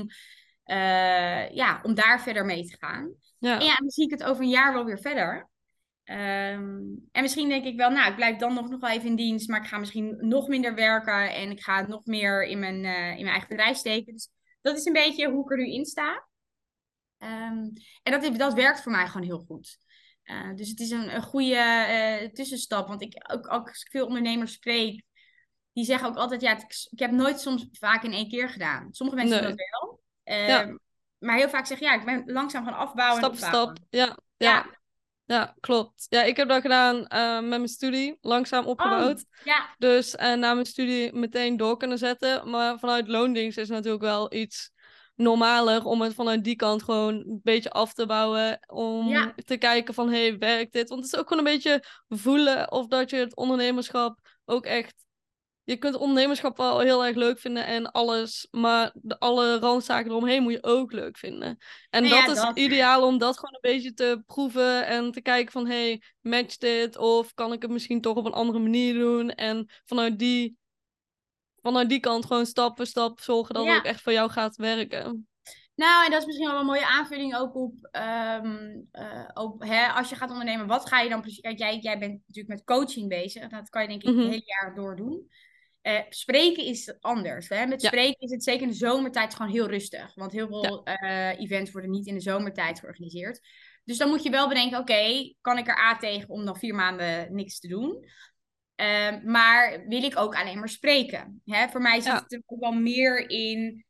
Speaker 2: uh, ja, om daar verder mee te gaan.
Speaker 1: Ja.
Speaker 2: En ja, dan zie ik het over een jaar wel weer verder. Um, en misschien denk ik wel, nou, ik blijf dan nog, nog wel even in dienst. Maar ik ga misschien nog minder werken. En ik ga nog meer in mijn, uh, in mijn eigen bedrijf steken. Dus dat is een beetje hoe ik er nu in sta. Um, en dat, dat werkt voor mij gewoon heel goed. Uh, dus het is een, een goede uh, tussenstap. Want ik, ook, ook als ik veel ondernemers spreek, die zeggen ook altijd, ja, ik, ik heb nooit soms vaak in één keer gedaan. Sommige mensen nee. doen dat wel. Uh, ja. Maar heel vaak zeggen, ja, ik ben langzaam gaan afbouwen.
Speaker 1: Stap
Speaker 2: voor
Speaker 1: stap, ja, ja.
Speaker 2: ja.
Speaker 1: Ja, klopt. Ja, ik heb dat gedaan uh, met mijn studie. Langzaam opgebouwd.
Speaker 2: Oh, ja.
Speaker 1: Dus uh, na mijn studie meteen door kunnen zetten. Maar vanuit loondienst is natuurlijk wel iets normaler om het vanuit die kant gewoon een beetje af te bouwen. Om
Speaker 2: Ja,
Speaker 1: te kijken van, hey, werkt dit? Want het is ook gewoon een beetje voelen of dat je het ondernemerschap ook echt... Je kunt ondernemerschap wel heel erg leuk vinden en alles, maar de, alle randzaken eromheen moet je ook leuk vinden. En
Speaker 2: nou
Speaker 1: dat
Speaker 2: ja,
Speaker 1: is
Speaker 2: dat.
Speaker 1: ideaal om dat gewoon een beetje te proeven en te kijken van, hey, matcht dit? Of kan ik het misschien toch op een andere manier doen? En vanuit die, vanuit die kant gewoon stap voor stap zorgen dat het ook
Speaker 2: Ja.
Speaker 1: echt voor jou gaat werken.
Speaker 2: Nou, en dat is misschien wel een mooie aanvulling ook op, ehm, eh, op hè, als je gaat ondernemen, wat ga je dan precies... Kijk, jij, jij bent natuurlijk met coaching bezig. Dat kan je denk ik het
Speaker 1: Mhm.
Speaker 2: hele jaar door doen. Eh, spreken is anders. Hè? Met
Speaker 1: Ja,
Speaker 2: spreken is het zeker in de zomertijd gewoon heel rustig. Want heel
Speaker 1: ja,
Speaker 2: veel eh, events worden niet in de zomertijd georganiseerd. Dus dan moet je wel bedenken, oké, kan ik er A tegen om dan vier maanden niks te doen? Ehm, maar wil ik ook alleen maar spreken? Hè? Voor mij zit
Speaker 1: ja.
Speaker 2: het er ook wel meer in...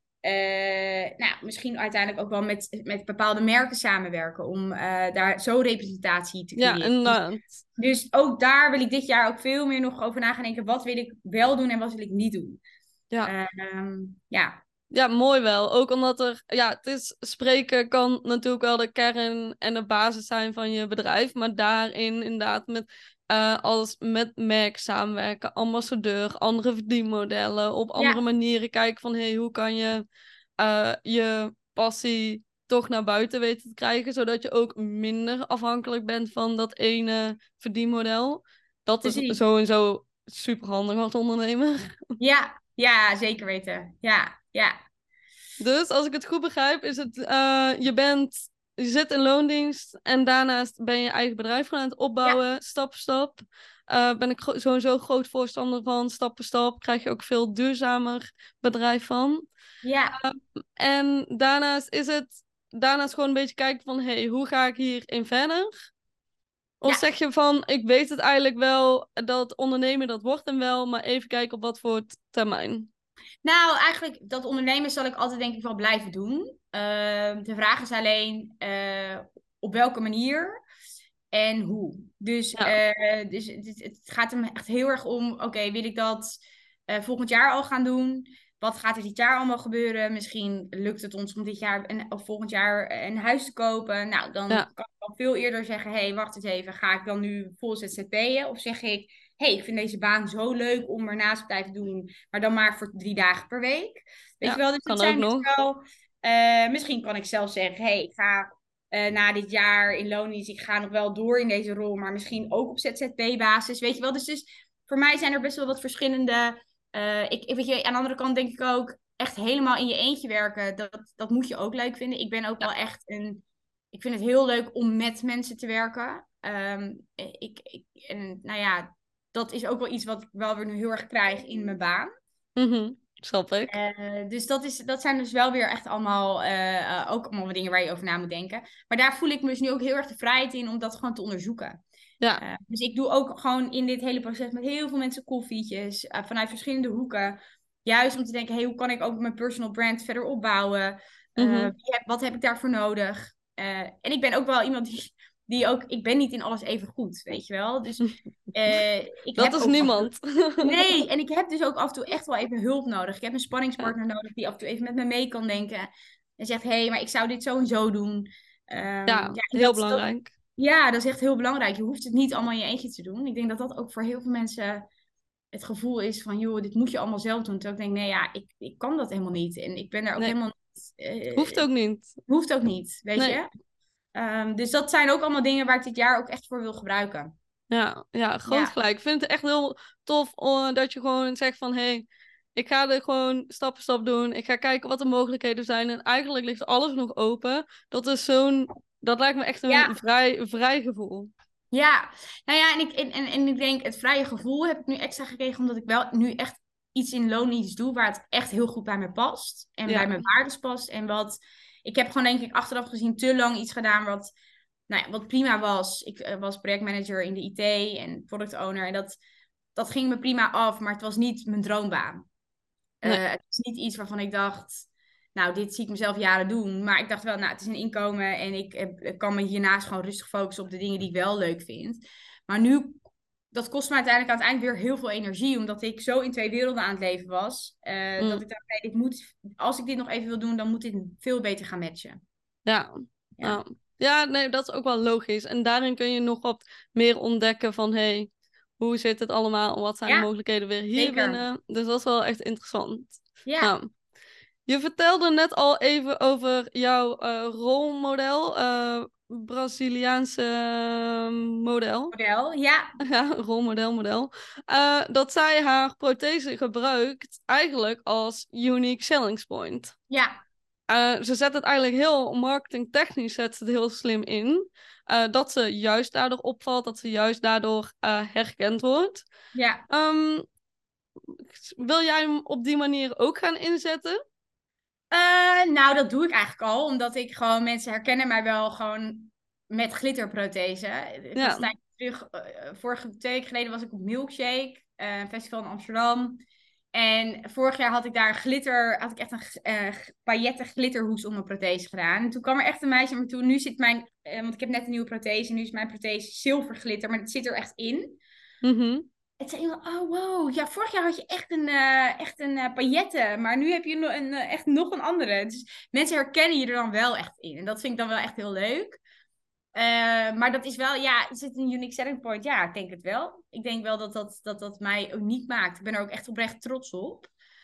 Speaker 2: eh, nou, misschien uiteindelijk ook wel met, met bepaalde merken samenwerken... om eh, daar zo representatie te
Speaker 1: Ja,
Speaker 2: creëren. Dus,
Speaker 1: inderdaad.
Speaker 2: dus ook daar wil ik dit jaar ook veel meer nog over na gaan denken. Wat wil ik wel doen en wat wil ik niet doen?
Speaker 1: Ja.
Speaker 2: Ehm, ja,
Speaker 1: Ja, mooi wel. Ook omdat er, ja, het is, spreken kan natuurlijk wel de kern en de basis zijn van je bedrijf. Maar daarin inderdaad met, eh, als met merk samenwerken, ambassadeur, andere verdienmodellen, op andere
Speaker 2: ja,
Speaker 1: manieren kijken van, hey, hoe kan je eh, je passie toch naar buiten weten te krijgen, zodat je ook minder afhankelijk bent van dat ene verdienmodel. Dat is
Speaker 2: precies.
Speaker 1: sowieso super handig als ondernemer.
Speaker 2: Ja, ja, zeker weten. Ja, ja,
Speaker 1: Dus als ik het goed begrijp, is het, eh, je bent, je zit in loondienst en daarnaast ben je je eigen bedrijf gewoon aan het
Speaker 2: ja,
Speaker 1: opbouwen, stap voor stap. Eh, ben ik gro- sowieso groot voorstander van, stap voor stap krijg je ook veel duurzamer bedrijf van.
Speaker 2: ja,
Speaker 1: En daarnaast is het, daarnaast gewoon een beetje kijken van, hey, hoe ga ik hierin verder? Of
Speaker 2: ja.
Speaker 1: zeg je van, ik weet het eigenlijk wel, dat ondernemen dat wordt hem wel, maar even kijken op wat voor termijn.
Speaker 2: Nou, eigenlijk dat ondernemen zal ik altijd denk ik wel blijven doen. Ehm, de vraag is alleen eh, op welke manier en hoe. Dus,
Speaker 1: Ja,
Speaker 2: eh, dus het, het- het gaat hem echt heel erg om, oké, wil ik dat eh, volgend jaar al gaan doen? Wat gaat er dit jaar allemaal gebeuren? Misschien lukt het ons om dit jaar en, of volgend jaar een huis te kopen. Nou, dan
Speaker 1: ja,
Speaker 2: kan ik al veel eerder zeggen, hé, hey, wacht eens even, ga ik dan nu vol Z Z P'en? Of zeg ik, hé, hey, ik vind deze baan zo leuk om ernaast te blijven doen, maar dan maar voor drie dagen per week. Weet je
Speaker 1: ja,
Speaker 2: wel, dus het
Speaker 1: kan ook
Speaker 2: zijn
Speaker 1: nog.
Speaker 2: best wel... eh, misschien kan ik zelf zeggen, hé, hey, ik ga eh, na dit jaar in loondienst, ik ga nog wel door in deze rol, maar misschien ook op Z Z P-basis, weet je wel. Dus, dus voor mij zijn er best wel wat verschillende... eh, ik, ik- weet je, aan de andere kant denk ik ook, echt helemaal in je eentje werken, dat, dat moet je ook leuk vinden. Ik ben ook wel
Speaker 1: Ja.
Speaker 2: echt een... Ik vind het heel leuk om met mensen te werken. Ehm, ik, ik, en nou ja, dat is ook wel iets wat ik wel weer nu heel erg krijg in mijn baan.
Speaker 1: Mhm, snap ik.
Speaker 2: Eh, dus dat, is, dat zijn dus wel weer echt allemaal, eh, eh, ook allemaal dingen waar je over na moet denken. Maar daar voel ik me dus nu ook heel erg de vrijheid in om dat gewoon te onderzoeken.
Speaker 1: Ja,
Speaker 2: Eh, dus ik doe ook gewoon in dit hele proces met heel veel mensen koffietjes, eh, vanuit verschillende hoeken. Juist om te denken, hey, hoe kan ik ook mijn personal brand verder opbouwen? Eh,
Speaker 1: mhm.
Speaker 2: wie heb- wat heb ik daarvoor nodig? Eh, en ik ben ook wel iemand die, die ook, ik ben niet in alles even goed, weet je wel. Dus eh, ik
Speaker 1: Dat
Speaker 2: heb
Speaker 1: is
Speaker 2: ook af en toe...
Speaker 1: niemand.
Speaker 2: Nee, en ik heb dus ook af en toe echt wel even hulp nodig. Ik heb een spanningspartner nodig die af en toe even met me mee kan denken. En zegt, hé, hey, maar ik zou dit zo en zo doen. Ehm,
Speaker 1: Ja,
Speaker 2: ja, en
Speaker 1: heel
Speaker 2: dat, dat,
Speaker 1: belangrijk.
Speaker 2: ja, dat is echt heel belangrijk. Je hoeft het niet allemaal in je eentje te doen. Ik denk dat dat ook voor heel veel mensen het gevoel is van, joh, dit moet je allemaal zelf doen. Terwijl ik denk, nee, ja, ik, ik kan dat helemaal niet. En ik ben daar ook
Speaker 1: Nee,
Speaker 2: helemaal niet...
Speaker 1: hoeft
Speaker 2: eh,
Speaker 1: ook niet.
Speaker 2: hoeft ook niet, weet
Speaker 1: Nee.
Speaker 2: je. Ehm, dus dat zijn ook allemaal dingen waar ik dit jaar ook echt voor wil gebruiken.
Speaker 1: Ja, ja, groot
Speaker 2: Ja,
Speaker 1: gelijk. Ik vind het echt heel tof eh, dat je gewoon zegt van, hé, hey, ik ga er gewoon stap voor stap doen. Ik ga kijken wat de mogelijkheden zijn. En eigenlijk ligt alles nog open. Dat is zo'n, dat lijkt me echt een
Speaker 2: ja.
Speaker 1: vrij, vrij gevoel.
Speaker 2: Ja, nou ja, en ik, en, en, en ik denk het vrije gevoel heb ik nu extra gekregen, omdat ik wel nu echt iets in loondienst doe waar het echt heel goed bij me past. En bij
Speaker 1: Ja,
Speaker 2: mijn waardes past. En wat, ik heb gewoon denk ik achteraf gezien te lang iets gedaan wat, nou ja, wat prima was. Ik eh, was projectmanager in de I T en product owner en dat, dat ging me prima af, maar het was niet mijn droombaan.
Speaker 1: nee,
Speaker 2: Eh, het is niet iets waarvan ik dacht, nou, dit zie ik mezelf jaren doen. Maar ik dacht wel, nou, het is een inkomen en ik, eh, ik kan me hiernaast gewoon rustig focussen op de dingen die ik wel leuk vind. Maar nu dat kost me uiteindelijk aan het eind weer heel veel energie. Omdat ik zo in twee werelden aan het leven was. Uh,
Speaker 1: Mm.
Speaker 2: Dat ik dacht, nee, dit moet, als ik dit nog even wil doen, dan moet dit veel beter gaan matchen.
Speaker 1: Ja,
Speaker 2: Ja.
Speaker 1: ja. ja nee, dat is ook wel logisch. En daarin kun je nog wat meer ontdekken van, hey, hoe zit het allemaal? Wat zijn
Speaker 2: Ja,
Speaker 1: de mogelijkheden weer hier
Speaker 2: zeker.
Speaker 1: binnen? Dus dat is wel echt interessant.
Speaker 2: Ja.
Speaker 1: Nou, je vertelde net al even over jouw uh, rolmodel, uh, Braziliaanse uh, model.
Speaker 2: Model, ja.
Speaker 1: Ja, rolmodel, model. Uh, dat zij haar prothese gebruikt eigenlijk als unique selling point.
Speaker 2: Ja.
Speaker 1: Uh, ze zet het eigenlijk heel marketingtechnisch zet ze het heel slim in. Uh, dat ze juist daardoor opvalt, dat ze juist daardoor uh, herkend wordt.
Speaker 2: Ja.
Speaker 1: Um, wil jij hem op die manier ook gaan inzetten?
Speaker 2: Uh, nou, dat doe ik eigenlijk al. Omdat ik gewoon, mensen herkennen mij wel gewoon met glitterprothese. Ik
Speaker 1: Ja.
Speaker 2: was een tijdje terug, uh, vorige twee weken geleden was ik op Milkshake, uh, een festival in Amsterdam. En vorig jaar had ik daar glitter, had ik echt een uh, pailletten glitterhoes om mijn prothese gedaan. En toen kwam er echt een meisje naar me toe. Nu zit mijn, uh, want ik heb net een nieuwe prothese, nu is mijn prothese zilverglitter, maar het zit er echt in.
Speaker 1: Mm-hmm.
Speaker 2: En zei iemand, oh wow, ja, vorig jaar had je echt een, uh, echt een uh, paillette, maar nu heb je no- een, uh, echt nog een andere. Dus mensen herkennen je er dan wel echt in. En dat vind ik dan wel echt heel leuk. Uh, maar dat is wel, ja, is het een unique selling point? Ja, ik denk het wel. Ik denk wel dat dat, dat, dat mij uniek maakt. Ik ben er ook echt oprecht trots op.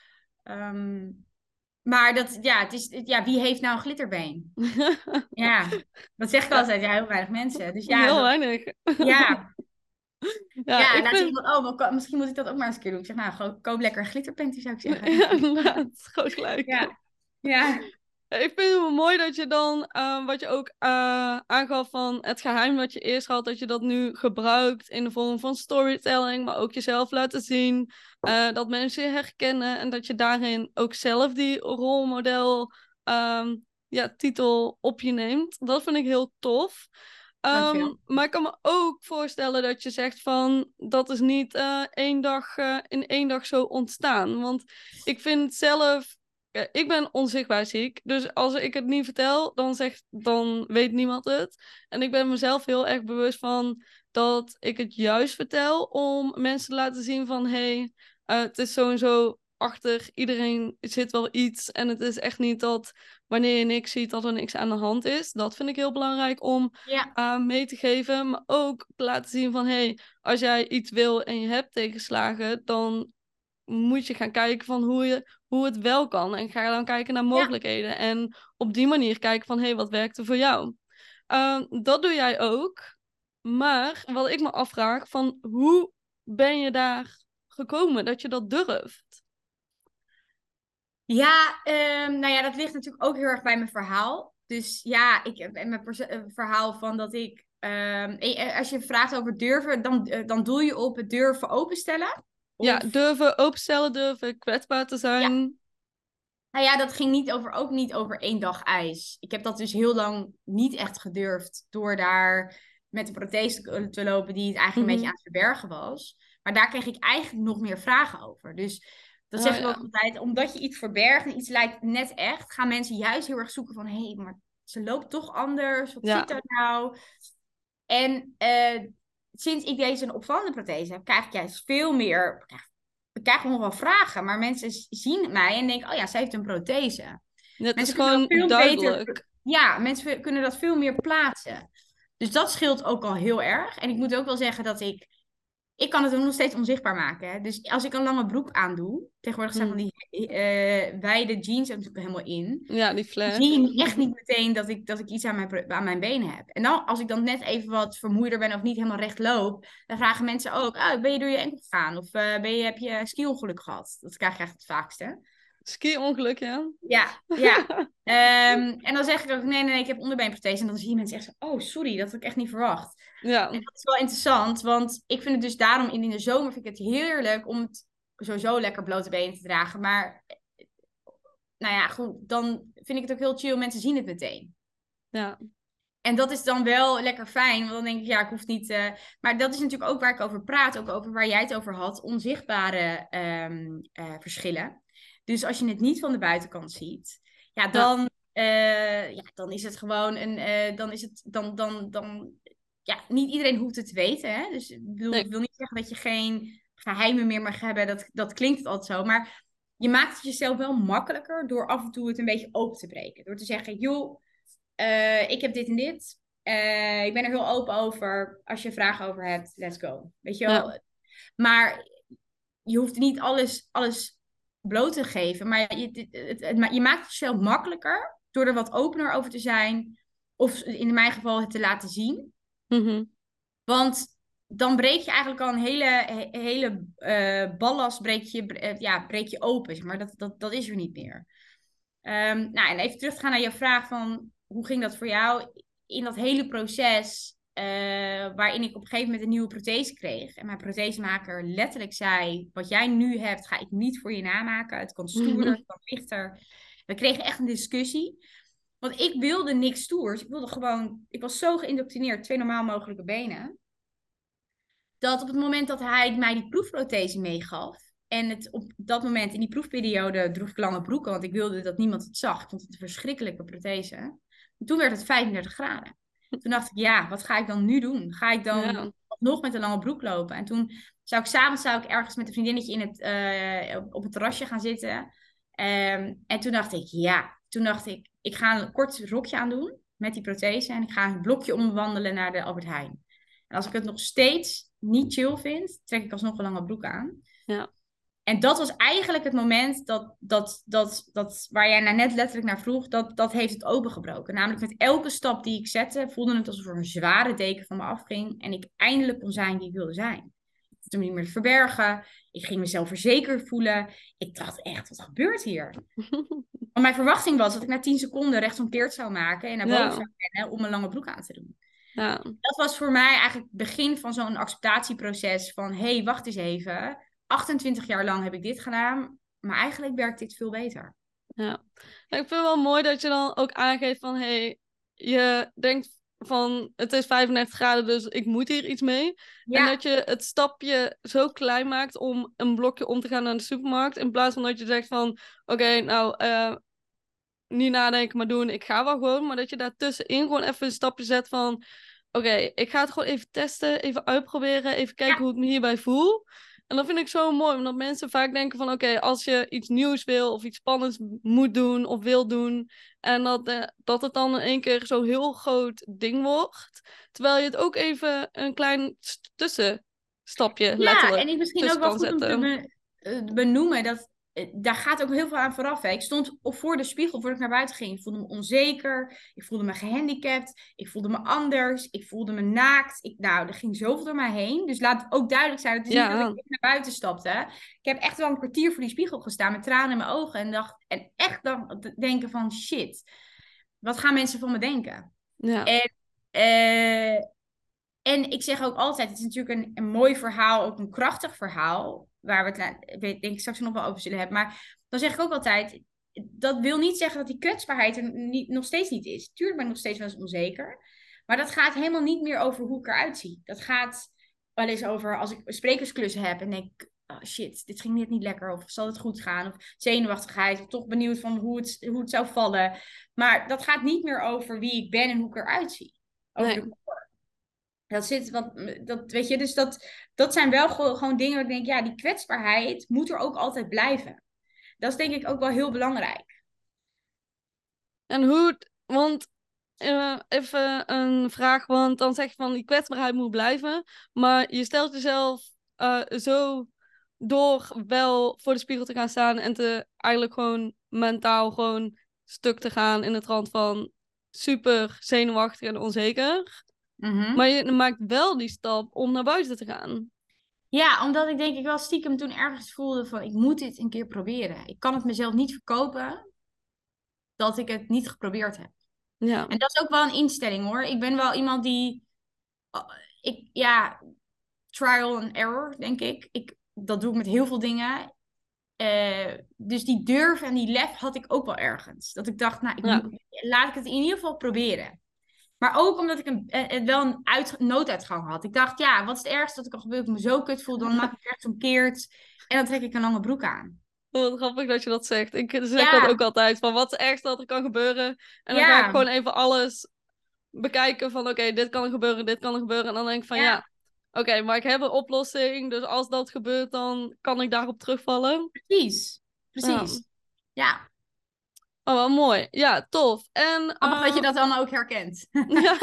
Speaker 2: Um, maar dat, ja, het is, ja, wie heeft nou een glitterbeen? Ja, dat zeg ik altijd. Ja, heel weinig mensen. Dus ja,
Speaker 1: heel
Speaker 2: dat,
Speaker 1: weinig.
Speaker 2: Ja.
Speaker 1: Ja,
Speaker 2: ja,
Speaker 1: ik
Speaker 2: laat
Speaker 1: vind...
Speaker 2: iemand, oh, maar, misschien moet ik dat ook maar eens een keer doen. Ik zeg, nou, gewoon, koop lekker een glitterpanty, zou ik zeggen.
Speaker 1: Ja, inderdaad. Groot gelijk.
Speaker 2: Ja. Ja.
Speaker 1: Ik vind het wel mooi dat je dan, uh, wat je ook uh, aangaf van het geheim wat je eerst had, dat je dat nu gebruikt in de vorm van storytelling, maar ook jezelf laten zien, uh, dat mensen je herkennen en dat je daarin ook zelf die rolmodel um, ja, titel op je neemt. Dat vind ik heel tof. Um, maar ik kan me ook voorstellen dat je zegt van, dat is niet uh, één dag, uh, in één dag zo ontstaan. Want ik vind zelf, uh, ik ben onzichtbaar ziek. Dus als ik het niet vertel, dan, zegt, dan weet niemand het. En ik ben mezelf heel erg bewust van dat ik het juist vertel om mensen te laten zien van, hé, hey, uh, het is zo en zo achter iedereen zit wel iets. En het is echt niet dat wanneer je niks ziet, dat er niks aan de hand is. Dat vind ik heel belangrijk om
Speaker 2: Ja.
Speaker 1: uh, mee te geven. Maar ook te laten zien van, hé, hey, als jij iets wil en je hebt tegenslagen, dan moet je gaan kijken van hoe, je, hoe het wel kan. En ga dan kijken naar mogelijkheden. Ja. En op die manier kijken van, hé, hey, wat werkt er voor jou? Uh, dat doe jij ook. Maar wat ik me afvraag, van hoe ben je daar gekomen dat je dat durft?
Speaker 2: Ja, um, nou ja, dat ligt natuurlijk ook heel erg bij mijn verhaal. Dus ja, ik heb mijn verhaal van dat ik... Um, als je vraagt over durven, dan, uh, dan doe je op het durven openstellen. Of...
Speaker 1: Ja, durven openstellen, durven kwetsbaar te zijn.
Speaker 2: Ja. Nou ja, dat ging niet over, ook niet over één dag ijs. Ik heb dat dus heel lang niet echt gedurfd door daar met de prothese te lopen die het eigenlijk mm-hmm. een beetje aan het verbergen was. Maar daar kreeg ik eigenlijk nog meer vragen over. Dus dat zeg oh, ik ja. ook altijd, omdat je iets verbergt en iets lijkt net echt, gaan mensen juist heel erg zoeken van, hé, hey, maar ze loopt toch anders. Wat ja. zit er nou? En uh, sinds ik deze een opvallende prothese heb, krijg ik juist veel meer... Ik krijg nog wel vragen, maar mensen zien mij en denken, oh ja, zij heeft een prothese.
Speaker 1: Het
Speaker 2: mensen
Speaker 1: is gewoon veel duidelijk.
Speaker 2: Beter, ja, mensen kunnen dat veel meer plaatsen. Dus dat scheelt ook al heel erg. En ik moet ook wel zeggen dat ik... Ik kan het nog steeds onzichtbaar maken. Hè? Dus als ik een lange broek aandoe... Tegenwoordig zijn van die uh, wijde jeans er natuurlijk helemaal in.
Speaker 1: Ja, die flash.
Speaker 2: Zie je echt niet meteen dat ik, dat ik iets aan mijn, aan mijn benen heb. En dan, als ik dan net even wat vermoeider ben of niet helemaal recht loop... Dan vragen mensen ook... Oh, ben je door je enkel gegaan? Of uh, ben je, heb je ski-ongeluk gehad? Dat krijg je echt het vaakste.
Speaker 1: Ski-ongeluk, ja?
Speaker 2: Ja, ja. um, en dan zeg ik ook, nee, nee, nee, ik heb onderbeenprothese. En dan zie je mensen echt zo, oh, sorry, dat had ik echt niet verwacht.
Speaker 1: Ja.
Speaker 2: En dat is wel interessant, want ik vind het dus daarom in, in de zomer vind ik het heerlijk om het sowieso lekker blote benen te dragen. Maar, nou ja, goed, dan vind ik het ook heel chill, mensen zien het meteen.
Speaker 1: Ja.
Speaker 2: En dat is dan wel lekker fijn, want dan denk ik, ja, ik hoef niet... Uh... Maar dat is natuurlijk ook waar ik over praat, ook over waar jij het over had, onzichtbare um, uh, verschillen. Dus als je het niet van de buitenkant ziet, ja, dan, ja. Uh, ja, dan is het gewoon een, uh, dan is het, dan, dan, dan ja, niet iedereen hoeft het te weten. Hè? Dus ik bedoel,
Speaker 1: Nee.
Speaker 2: ik wil niet zeggen dat je geen geheimen meer mag hebben. Dat, dat klinkt altijd zo. Maar je maakt het jezelf wel makkelijker door af en toe het een beetje open te breken. Door te zeggen, joh, uh, ik heb dit en dit. Uh, ik ben er heel open over. Als je vragen over hebt, let's go. Weet je wel? Ja. Maar je hoeft niet alles, alles bloot te geven. Maar je, het, het, het, je maakt het jezelf makkelijker door er wat opener over te zijn. Of in mijn geval het te laten zien.
Speaker 1: Mm-hmm. Want
Speaker 2: dan breek je eigenlijk al een hele, he, hele uh, ballast breek je, uh, ja, breek je open. Zeg maar. dat, dat, dat is er niet meer. Um, nou, en even terug te gaan naar je vraag van hoe ging dat voor jou? In dat hele proces uh, waarin ik op een gegeven moment een nieuwe prothese kreeg. En mijn prothesemaker letterlijk zei, wat jij nu hebt ga ik niet voor je namaken. Het kan stoerder, het kan lichter. We kregen echt een discussie. Want ik wilde niks stoers. Ik wilde gewoon, ik was zo geïndoctrineerd, twee normaal mogelijke benen. Dat op het moment dat hij mij die proefprothese meegaf. En het op dat moment in die proefperiode droeg ik lange broeken. Want ik wilde dat niemand het zag. Ik vond het een verschrikkelijke prothese. En toen werd het vijfendertig graden. Toen dacht ik, ja, wat ga ik dan nu doen? Ga ik dan ja. nog met een lange broek lopen? En toen zou ik s'avonds zou ik ergens met een vriendinnetje in het, uh, op, op het terrasje gaan zitten. Um, en toen dacht ik, ja. Toen dacht ik, ik ga een kort rokje aandoen met die prothese. En ik ga een blokje omwandelen naar de Albert Heijn. En als ik het nog steeds niet chill vind, trek ik alsnog een lange broek aan.
Speaker 1: Ja.
Speaker 2: En dat was eigenlijk het moment dat, dat, dat, dat waar jij nou net letterlijk naar vroeg, dat, dat heeft het opengebroken. Namelijk met elke stap die ik zette, voelde het alsof er een zware deken van me afging. En ik eindelijk kon zijn wie ik wilde zijn. Ik hoefde me niet meer te verbergen. Ik ging mezelf verzekerd voelen. Ik dacht echt, wat gebeurt hier? Want mijn verwachting was dat ik na tien seconden rechtsomkeerd zou maken en naar boven ja. zou rennen om een lange broek aan te doen.
Speaker 1: Ja.
Speaker 2: Dat was voor mij eigenlijk het begin van zo'n acceptatieproces van, hé, hey, wacht eens even. achtentwintig jaar lang heb ik dit gedaan, maar eigenlijk werkt dit veel beter.
Speaker 1: Ja, ik vind het wel mooi dat je dan ook aangeeft van, hé, hey, je denkt van, het is vijfendertig graden, dus ik moet hier iets mee. Ja. En dat je het stapje zo klein maakt om een blokje om te gaan naar de supermarkt, in plaats van dat je zegt van, oké, okay, nou, uh, niet nadenken, maar doen, ik ga wel gewoon, maar dat je daartussenin gewoon even een stapje zet van, oké, okay, ik ga het gewoon even testen, even uitproberen, even kijken ja. hoe ik me hierbij voel. En dat vind ik zo mooi, omdat mensen vaak denken van, oké, okay, als je iets nieuws wil of iets spannends moet doen of wil doen, en dat, uh, dat het dan in één keer zo'n heel groot ding wordt, terwijl je het ook even een klein tussenstapje
Speaker 2: ja,
Speaker 1: letterlijk
Speaker 2: en ik misschien ook wel goed om te be- benoemen, dat daar gaat ook heel veel aan vooraf. Hè. Ik stond op voor de spiegel voordat ik naar buiten ging. Ik voelde me onzeker. Ik voelde me gehandicapt. Ik voelde me anders. Ik voelde me naakt. Ik, nou, er ging zoveel door mij heen. Dus laat ook duidelijk zijn. Het is ja. niet dat ik naar buiten stapte. Ik heb echt wel een kwartier voor die spiegel gestaan met tranen in mijn ogen. En, dacht, en echt dan denken van shit. Wat gaan mensen van me denken?
Speaker 1: Ja.
Speaker 2: En, uh, en ik zeg ook altijd. Het is natuurlijk een, een mooi verhaal. Ook een krachtig verhaal. Waar we het denk ik straks nog wel over zullen hebben. Maar dan zeg ik ook altijd, dat wil niet zeggen dat die kwetsbaarheid er niet, nog steeds niet is. Tuurlijk ben ik nog steeds wel eens onzeker. Maar dat gaat helemaal niet meer over hoe ik eruit zie. Dat gaat wel eens over als ik een sprekersklus heb en denk, oh shit, dit ging net niet lekker. Of zal het goed gaan? Of zenuwachtigheid. Of toch benieuwd van hoe het, hoe het zou vallen. Maar dat gaat niet meer over wie ik ben en hoe ik eruit zie. Over
Speaker 1: nee.
Speaker 2: de Dat zit, wat, dat, weet je, dus dat, dat zijn wel gewoon, gewoon dingen waar ik denk, ja, die kwetsbaarheid moet er ook altijd blijven. Dat is denk ik ook wel heel belangrijk.
Speaker 1: En hoe, want uh, even een vraag, want dan zeg je van die kwetsbaarheid moet blijven, maar je stelt jezelf uh, zo door wel voor de spiegel te gaan staan en te eigenlijk gewoon mentaal gewoon stuk te gaan in de trant van super zenuwachtig en onzeker.
Speaker 2: Mm-hmm.
Speaker 1: Maar je maakt wel die stap om naar buiten te gaan.
Speaker 2: Ja, omdat ik denk ik wel stiekem toen ergens voelde van ik moet dit een keer proberen. Ik kan het mezelf niet verkopen dat ik het niet geprobeerd heb.
Speaker 1: Ja.
Speaker 2: En dat is ook wel een instelling hoor. Ik ben wel iemand die, ik, ja, trial and error denk ik. ik dat doe ik met heel veel dingen. Uh, dus die durf en die lef had ik ook wel ergens. Dat ik dacht, nou, ik
Speaker 1: ja.
Speaker 2: moet, laat ik het in ieder geval proberen. Maar ook omdat ik een, uh, wel een uit, nooduitgang had. Ik dacht, ja, wat is het ergste dat ik al gebeurt? Ik me zo kut voel, dan maak ik echt zo'n keert. En dan trek ik een lange broek aan.
Speaker 1: Oh, wat grappig dat je dat zegt. Ik zeg
Speaker 2: ja.
Speaker 1: dat ook altijd. Van wat is het ergste dat er kan gebeuren? En dan
Speaker 2: ja.
Speaker 1: ga ik gewoon even alles bekijken van, oké, okay, dit kan er gebeuren, dit kan er gebeuren. En dan denk ik van, ja, ja oké, okay, maar ik heb een oplossing. Dus als dat gebeurt, dan kan ik daarop terugvallen.
Speaker 2: Precies, precies. Ja. ja.
Speaker 1: Oh, wel mooi. Ja, tof. En,
Speaker 2: Grappig
Speaker 1: uh...
Speaker 2: dat je dat dan ook herkent.
Speaker 1: ja.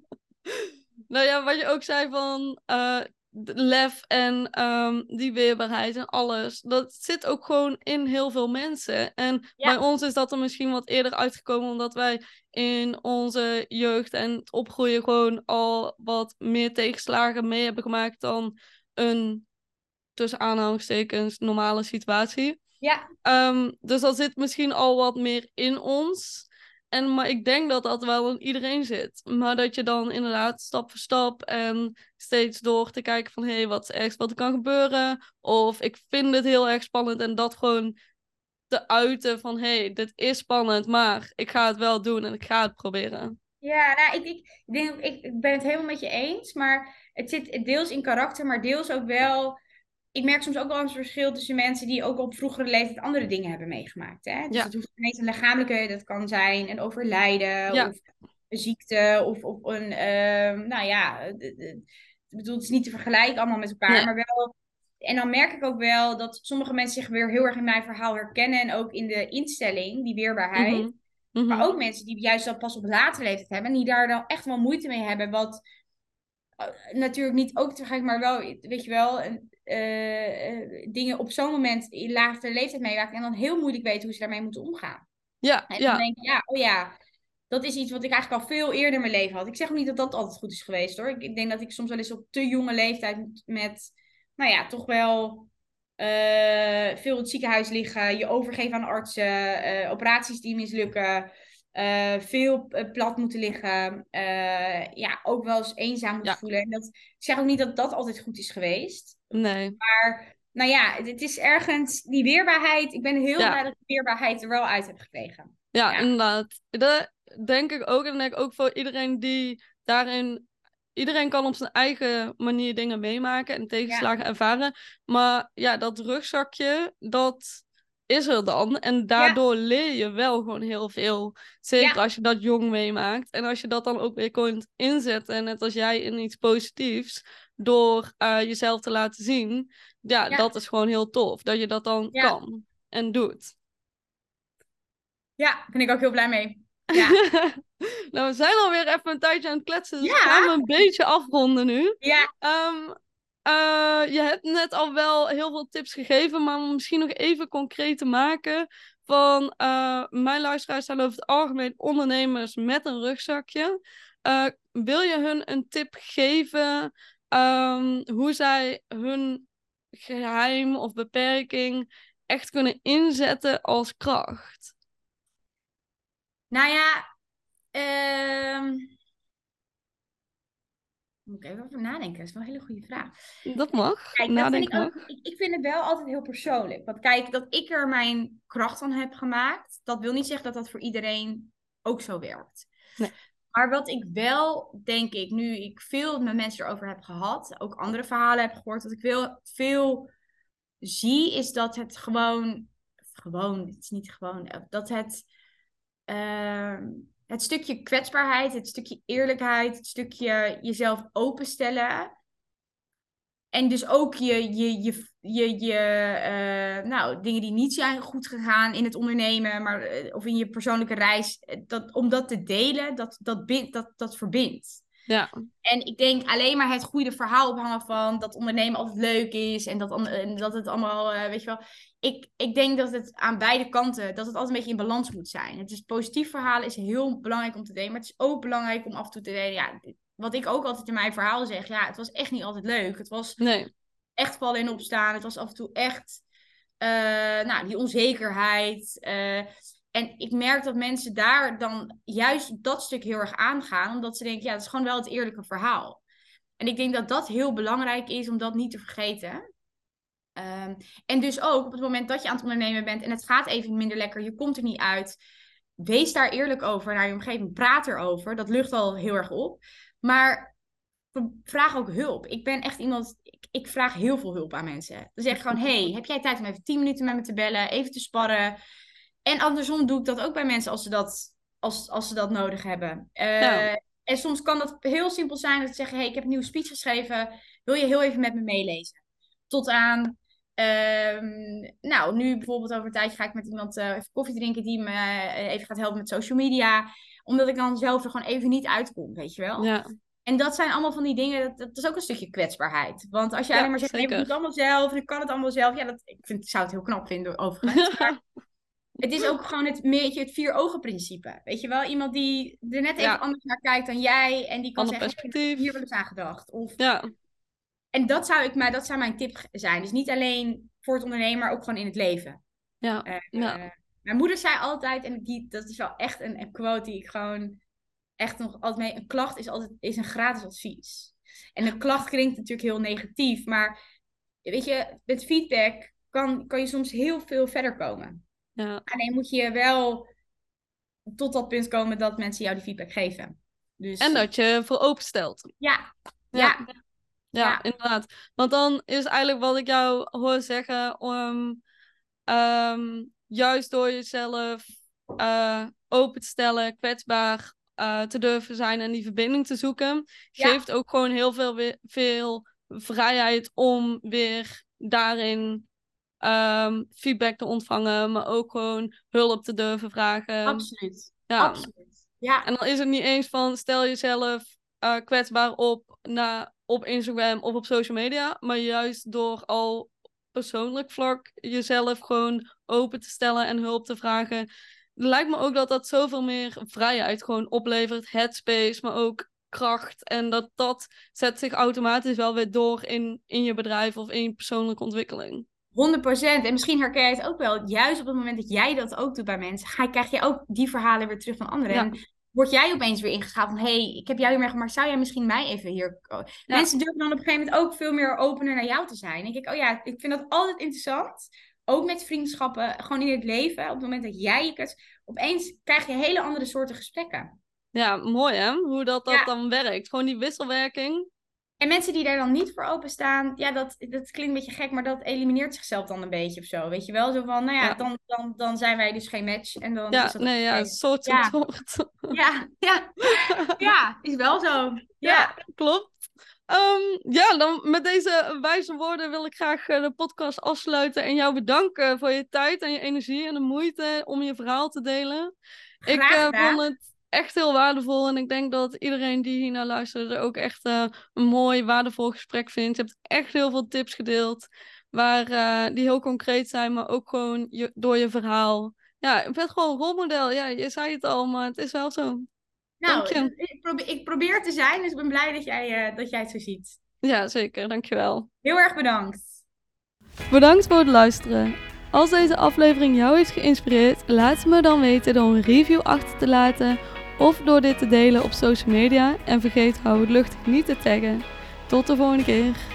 Speaker 1: Nou ja, wat je ook zei van uh, lef en um, die weerbaarheid en alles. Dat zit ook gewoon in heel veel mensen. En ja. bij ons is dat er misschien wat eerder uitgekomen, omdat wij in onze jeugd en het opgroeien gewoon al wat meer tegenslagen mee hebben gemaakt dan een, tussen aanhalingstekens, normale situatie.
Speaker 2: Ja.
Speaker 1: Um, dus dat zit misschien al wat meer in ons. En, maar ik denk dat dat wel in iedereen zit. Maar dat je dan inderdaad stap voor stap en steeds door te kijken van... hé, hey, wat is ergens wat er kan gebeuren? Of ik vind het heel erg spannend en dat gewoon te uiten van... hé, hey, dit is spannend, maar ik ga het wel doen en ik ga het proberen.
Speaker 2: Ja, nou, ik, ik, ik, denk, ik, ik ben het helemaal met je eens. Maar het zit deels in karakter, maar deels ook wel... Ik merk soms ook wel een verschil tussen mensen die ook op vroegere leeftijd andere dingen hebben meegemaakt. Hè? Dus
Speaker 1: ja.
Speaker 2: het hoeft niet een lichamelijke, dat kan zijn een overlijden
Speaker 1: ja.
Speaker 2: of een ziekte of, of een, uh, nou ja, ik bedoel, het is niet te vergelijken allemaal met elkaar, nee. maar wel. En dan merk ik ook wel dat sommige mensen zich weer heel erg in mijn verhaal herkennen en ook in de instelling, die weerbaarheid.
Speaker 1: Mm-hmm. Mm-hmm.
Speaker 2: Maar ook mensen die juist dat pas op latere leeftijd hebben en die daar dan echt wel moeite mee hebben, wat uh, natuurlijk niet ook te vergelijken, maar wel, weet je wel, een, Uh, uh, dingen op zo'n moment in latere leeftijd meemaken en dan heel moeilijk weten hoe ze daarmee moeten omgaan.
Speaker 1: Ja,
Speaker 2: en
Speaker 1: ja.
Speaker 2: dan denk ik, ja, oh ja, dat is iets wat ik eigenlijk al veel eerder in mijn leven had. Ik zeg ook niet dat dat altijd goed is geweest, hoor. Ik, ik denk dat ik soms wel eens op te jonge leeftijd met, nou ja, toch wel uh, veel in het ziekenhuis liggen, je overgeven aan artsen, uh, operaties die mislukken, Uh, veel uh, plat moeten liggen. Uh, ja, ook wel eens eenzaam moeten ja. voelen. En dat, ik zeg ook niet dat dat altijd goed is geweest.
Speaker 1: Nee.
Speaker 2: Maar, nou ja, het, het is ergens die weerbaarheid. Ik ben heel ja. blij dat ik die weerbaarheid er wel uit heb gekregen.
Speaker 1: Ja, ja. inderdaad. Dat denk ik ook. En denk ik ook voor iedereen die daarin... Iedereen kan op zijn eigen manier dingen meemaken en tegenslagen ja. ervaren. Maar ja, dat rugzakje, dat... is er dan. En daardoor ja. leer je wel gewoon heel veel. Zeker ja. als je dat jong meemaakt. En als je dat dan ook weer kunt inzetten. Net als jij in iets positiefs. Door uh, jezelf te laten zien. Ja, ja, dat is gewoon heel tof. Dat je dat dan ja. kan. En doet.
Speaker 2: Ja, daar ben ik ook heel blij mee. Ja.
Speaker 1: Nou, we zijn alweer even een tijdje aan het kletsen. Dus ja. we gaan een beetje afronden nu.
Speaker 2: Ja.
Speaker 1: Um, Uh, je hebt net al wel heel veel tips gegeven, maar om misschien nog even concreet te maken van uh, mijn luisteraars zijn over het algemeen ondernemers met een rugzakje. Uh, wil je hun een tip geven um, hoe zij hun geheim of beperking echt kunnen inzetten als kracht?
Speaker 2: Nou ja, um... moet ik even over nadenken. Dat is wel een hele goede vraag.
Speaker 1: Dat mag.
Speaker 2: Kijk, dat vind ik, ook, ik, ik vind het wel altijd heel persoonlijk. Want kijk, dat ik er mijn kracht van heb gemaakt, dat wil niet zeggen dat dat voor iedereen ook zo werkt.
Speaker 1: Nee.
Speaker 2: Maar wat ik wel, denk ik, nu ik veel met mensen erover heb gehad, ook andere verhalen heb gehoord, wat ik veel, veel zie, is dat het gewoon, gewoon, het is niet gewoon, dat het... Uh, Het stukje kwetsbaarheid, het stukje eerlijkheid, het stukje jezelf openstellen. En dus ook je, je, je, je, je uh, nou, dingen die niet zijn goed gegaan in het ondernemen, maar, uh, of in je persoonlijke reis, dat, om dat te delen, dat, dat, bind, dat, dat verbindt.
Speaker 1: Ja.
Speaker 2: En ik denk alleen maar het goede verhaal ophangen van dat ondernemen altijd leuk is en dat, en dat het allemaal, uh, weet je wel. Ik, ik denk dat het aan beide kanten, dat het altijd een beetje in balans moet zijn. Het is positief verhaal is heel belangrijk om te delen, maar het is ook belangrijk om af en toe te delen. Ja, wat ik ook altijd in mijn verhaal zeg, ja, het was echt niet altijd leuk. Het was
Speaker 1: nee.
Speaker 2: echt vallen en opstaan. Het was af en toe echt, uh, nou, die onzekerheid. Uh, En ik merk dat mensen daar dan juist dat stuk heel erg aangaan. Omdat ze denken, ja, dat is gewoon wel het eerlijke verhaal. En ik denk dat dat heel belangrijk is om dat niet te vergeten. Um, en dus ook op het moment dat je aan het ondernemen bent en het gaat even minder lekker, je komt er niet uit. Wees daar eerlijk over naar je omgeving. Praat erover. Dat lucht al heel erg op. Maar vraag ook hulp. Ik ben echt iemand, ik, ik vraag heel veel hulp aan mensen. Dan zeg ik gewoon, hey, heb jij tijd om even tien minuten met me te bellen? Even te sparren? En andersom doe ik dat ook bij mensen als ze dat, als, als ze dat nodig hebben. Uh, ja. En soms kan dat heel simpel zijn dat ze zeggen, hey, ik heb een nieuwe speech geschreven, wil je heel even met me meelezen? Tot aan, um, nou, nu bijvoorbeeld over een tijdje ga ik met iemand uh, even koffie drinken die me uh, even gaat helpen met social media, omdat ik dan zelf er gewoon even niet uitkom, weet je wel?
Speaker 1: Ja.
Speaker 2: En dat zijn allemaal van die dingen, dat, dat is ook een stukje kwetsbaarheid. Want als je
Speaker 1: Ja,
Speaker 2: alleen maar zegt, nee, ik doe het allemaal zelf en ik kan het allemaal zelf, ja, dat, ik vind, ik zou het heel knap vinden overigens, maar het is ook gewoon het, beetje het vier ogen principe. Weet je wel? Iemand die er net even ja. anders naar kijkt dan jij. En die kan
Speaker 1: Ander
Speaker 2: zeggen,
Speaker 1: perspectief.
Speaker 2: Ik heb hier wel eens aan gedacht. Of...
Speaker 1: Ja.
Speaker 2: En dat zou, ik, maar dat zou mijn tip zijn. Dus niet alleen voor het ondernemen, maar ook gewoon in het leven.
Speaker 1: Ja.
Speaker 2: Uh,
Speaker 1: ja.
Speaker 2: Uh, mijn moeder zei altijd, en die, dat is wel echt een, een quote die ik gewoon echt nog altijd mee... Een klacht is altijd is een gratis advies. En een klacht klinkt natuurlijk heel negatief. Maar weet je, met feedback kan, kan je soms heel veel verder komen.
Speaker 1: Ja.
Speaker 2: Alleen moet je wel tot dat punt komen dat mensen jou die feedback geven. Dus...
Speaker 1: En dat je voor openstelt.
Speaker 2: Ja.
Speaker 1: Ja.
Speaker 2: Ja.
Speaker 1: ja.
Speaker 2: Ja,
Speaker 1: inderdaad. Want dan is eigenlijk wat ik jou hoor zeggen, om um, juist door jezelf uh, open te stellen, kwetsbaar uh, te durven zijn en die verbinding te zoeken,
Speaker 2: ja.
Speaker 1: geeft ook gewoon heel veel, we- veel vrijheid om weer daarin Um, feedback te ontvangen, maar ook gewoon hulp te durven vragen.
Speaker 2: Absoluut.
Speaker 1: Ja.
Speaker 2: Absoluut. Ja.
Speaker 1: En dan is het niet eens van stel jezelf uh, kwetsbaar op, na, op Instagram of op social media, maar juist door al persoonlijk vlak jezelf gewoon open te stellen en hulp te vragen. Lijkt me ook dat dat zoveel meer vrijheid gewoon oplevert, headspace, maar ook kracht. En dat dat zet zich automatisch wel weer door in, in je bedrijf of in je persoonlijke ontwikkeling.
Speaker 2: honderd procent. En misschien herken je het ook wel. Juist op het moment dat jij dat ook doet bij mensen, ga, krijg je ook die verhalen weer terug van anderen. Ja. En word jij opeens weer ingeschaald van, hé, hey, ik heb jou hier meegemaakt, zou jij misschien mij even hier... Ja. Mensen durven dan op een gegeven moment ook veel meer opener naar jou te zijn. Dan denk ik, oh ja, ik vind dat altijd interessant. Ook met vriendschappen, gewoon in het leven. Op het moment dat jij je kunt... Opeens krijg je hele andere soorten gesprekken.
Speaker 1: Ja, mooi hè? Hoe dat, dat
Speaker 2: ja.
Speaker 1: dan werkt. Gewoon die wisselwerking.
Speaker 2: En mensen die daar dan niet voor openstaan, ja, dat, dat klinkt een beetje gek, maar dat elimineert zichzelf dan een beetje of zo. Weet je wel? Zo van, nou ja, ja. Dan, dan, dan zijn wij dus geen match. En dan
Speaker 1: ja,
Speaker 2: is dat
Speaker 1: nee, ja, soort
Speaker 2: ja.
Speaker 1: soort.
Speaker 2: Ja, ja. Ja, is wel zo. Ja,
Speaker 1: ja klopt. Um, ja, dan met deze wijze woorden wil ik graag de podcast afsluiten en jou bedanken voor je tijd en je energie en de moeite om je verhaal te delen.
Speaker 2: Graag
Speaker 1: ik uh,
Speaker 2: gedaan.
Speaker 1: vond het echt heel waardevol en ik denk dat iedereen die hier naar luisterde ook echt uh, een mooi, waardevol gesprek vindt. Je hebt echt heel veel tips gedeeld waar, uh, die heel concreet zijn, maar ook gewoon je, door je verhaal. Ja, je bent gewoon een rolmodel. Ja, je zei het al, maar het is wel zo.
Speaker 2: Nou, ik probeer, ik probeer te zijn, dus ik ben blij dat jij, uh, dat jij het zo ziet.
Speaker 1: Ja, zeker. Dankjewel.
Speaker 2: Heel erg bedankt.
Speaker 1: Bedankt voor het luisteren. Als deze aflevering jou heeft geïnspireerd, laat het me dan weten door een review achter te laten of door dit te delen op social media. En vergeet hou het luchtig niet te taggen. Tot de volgende keer.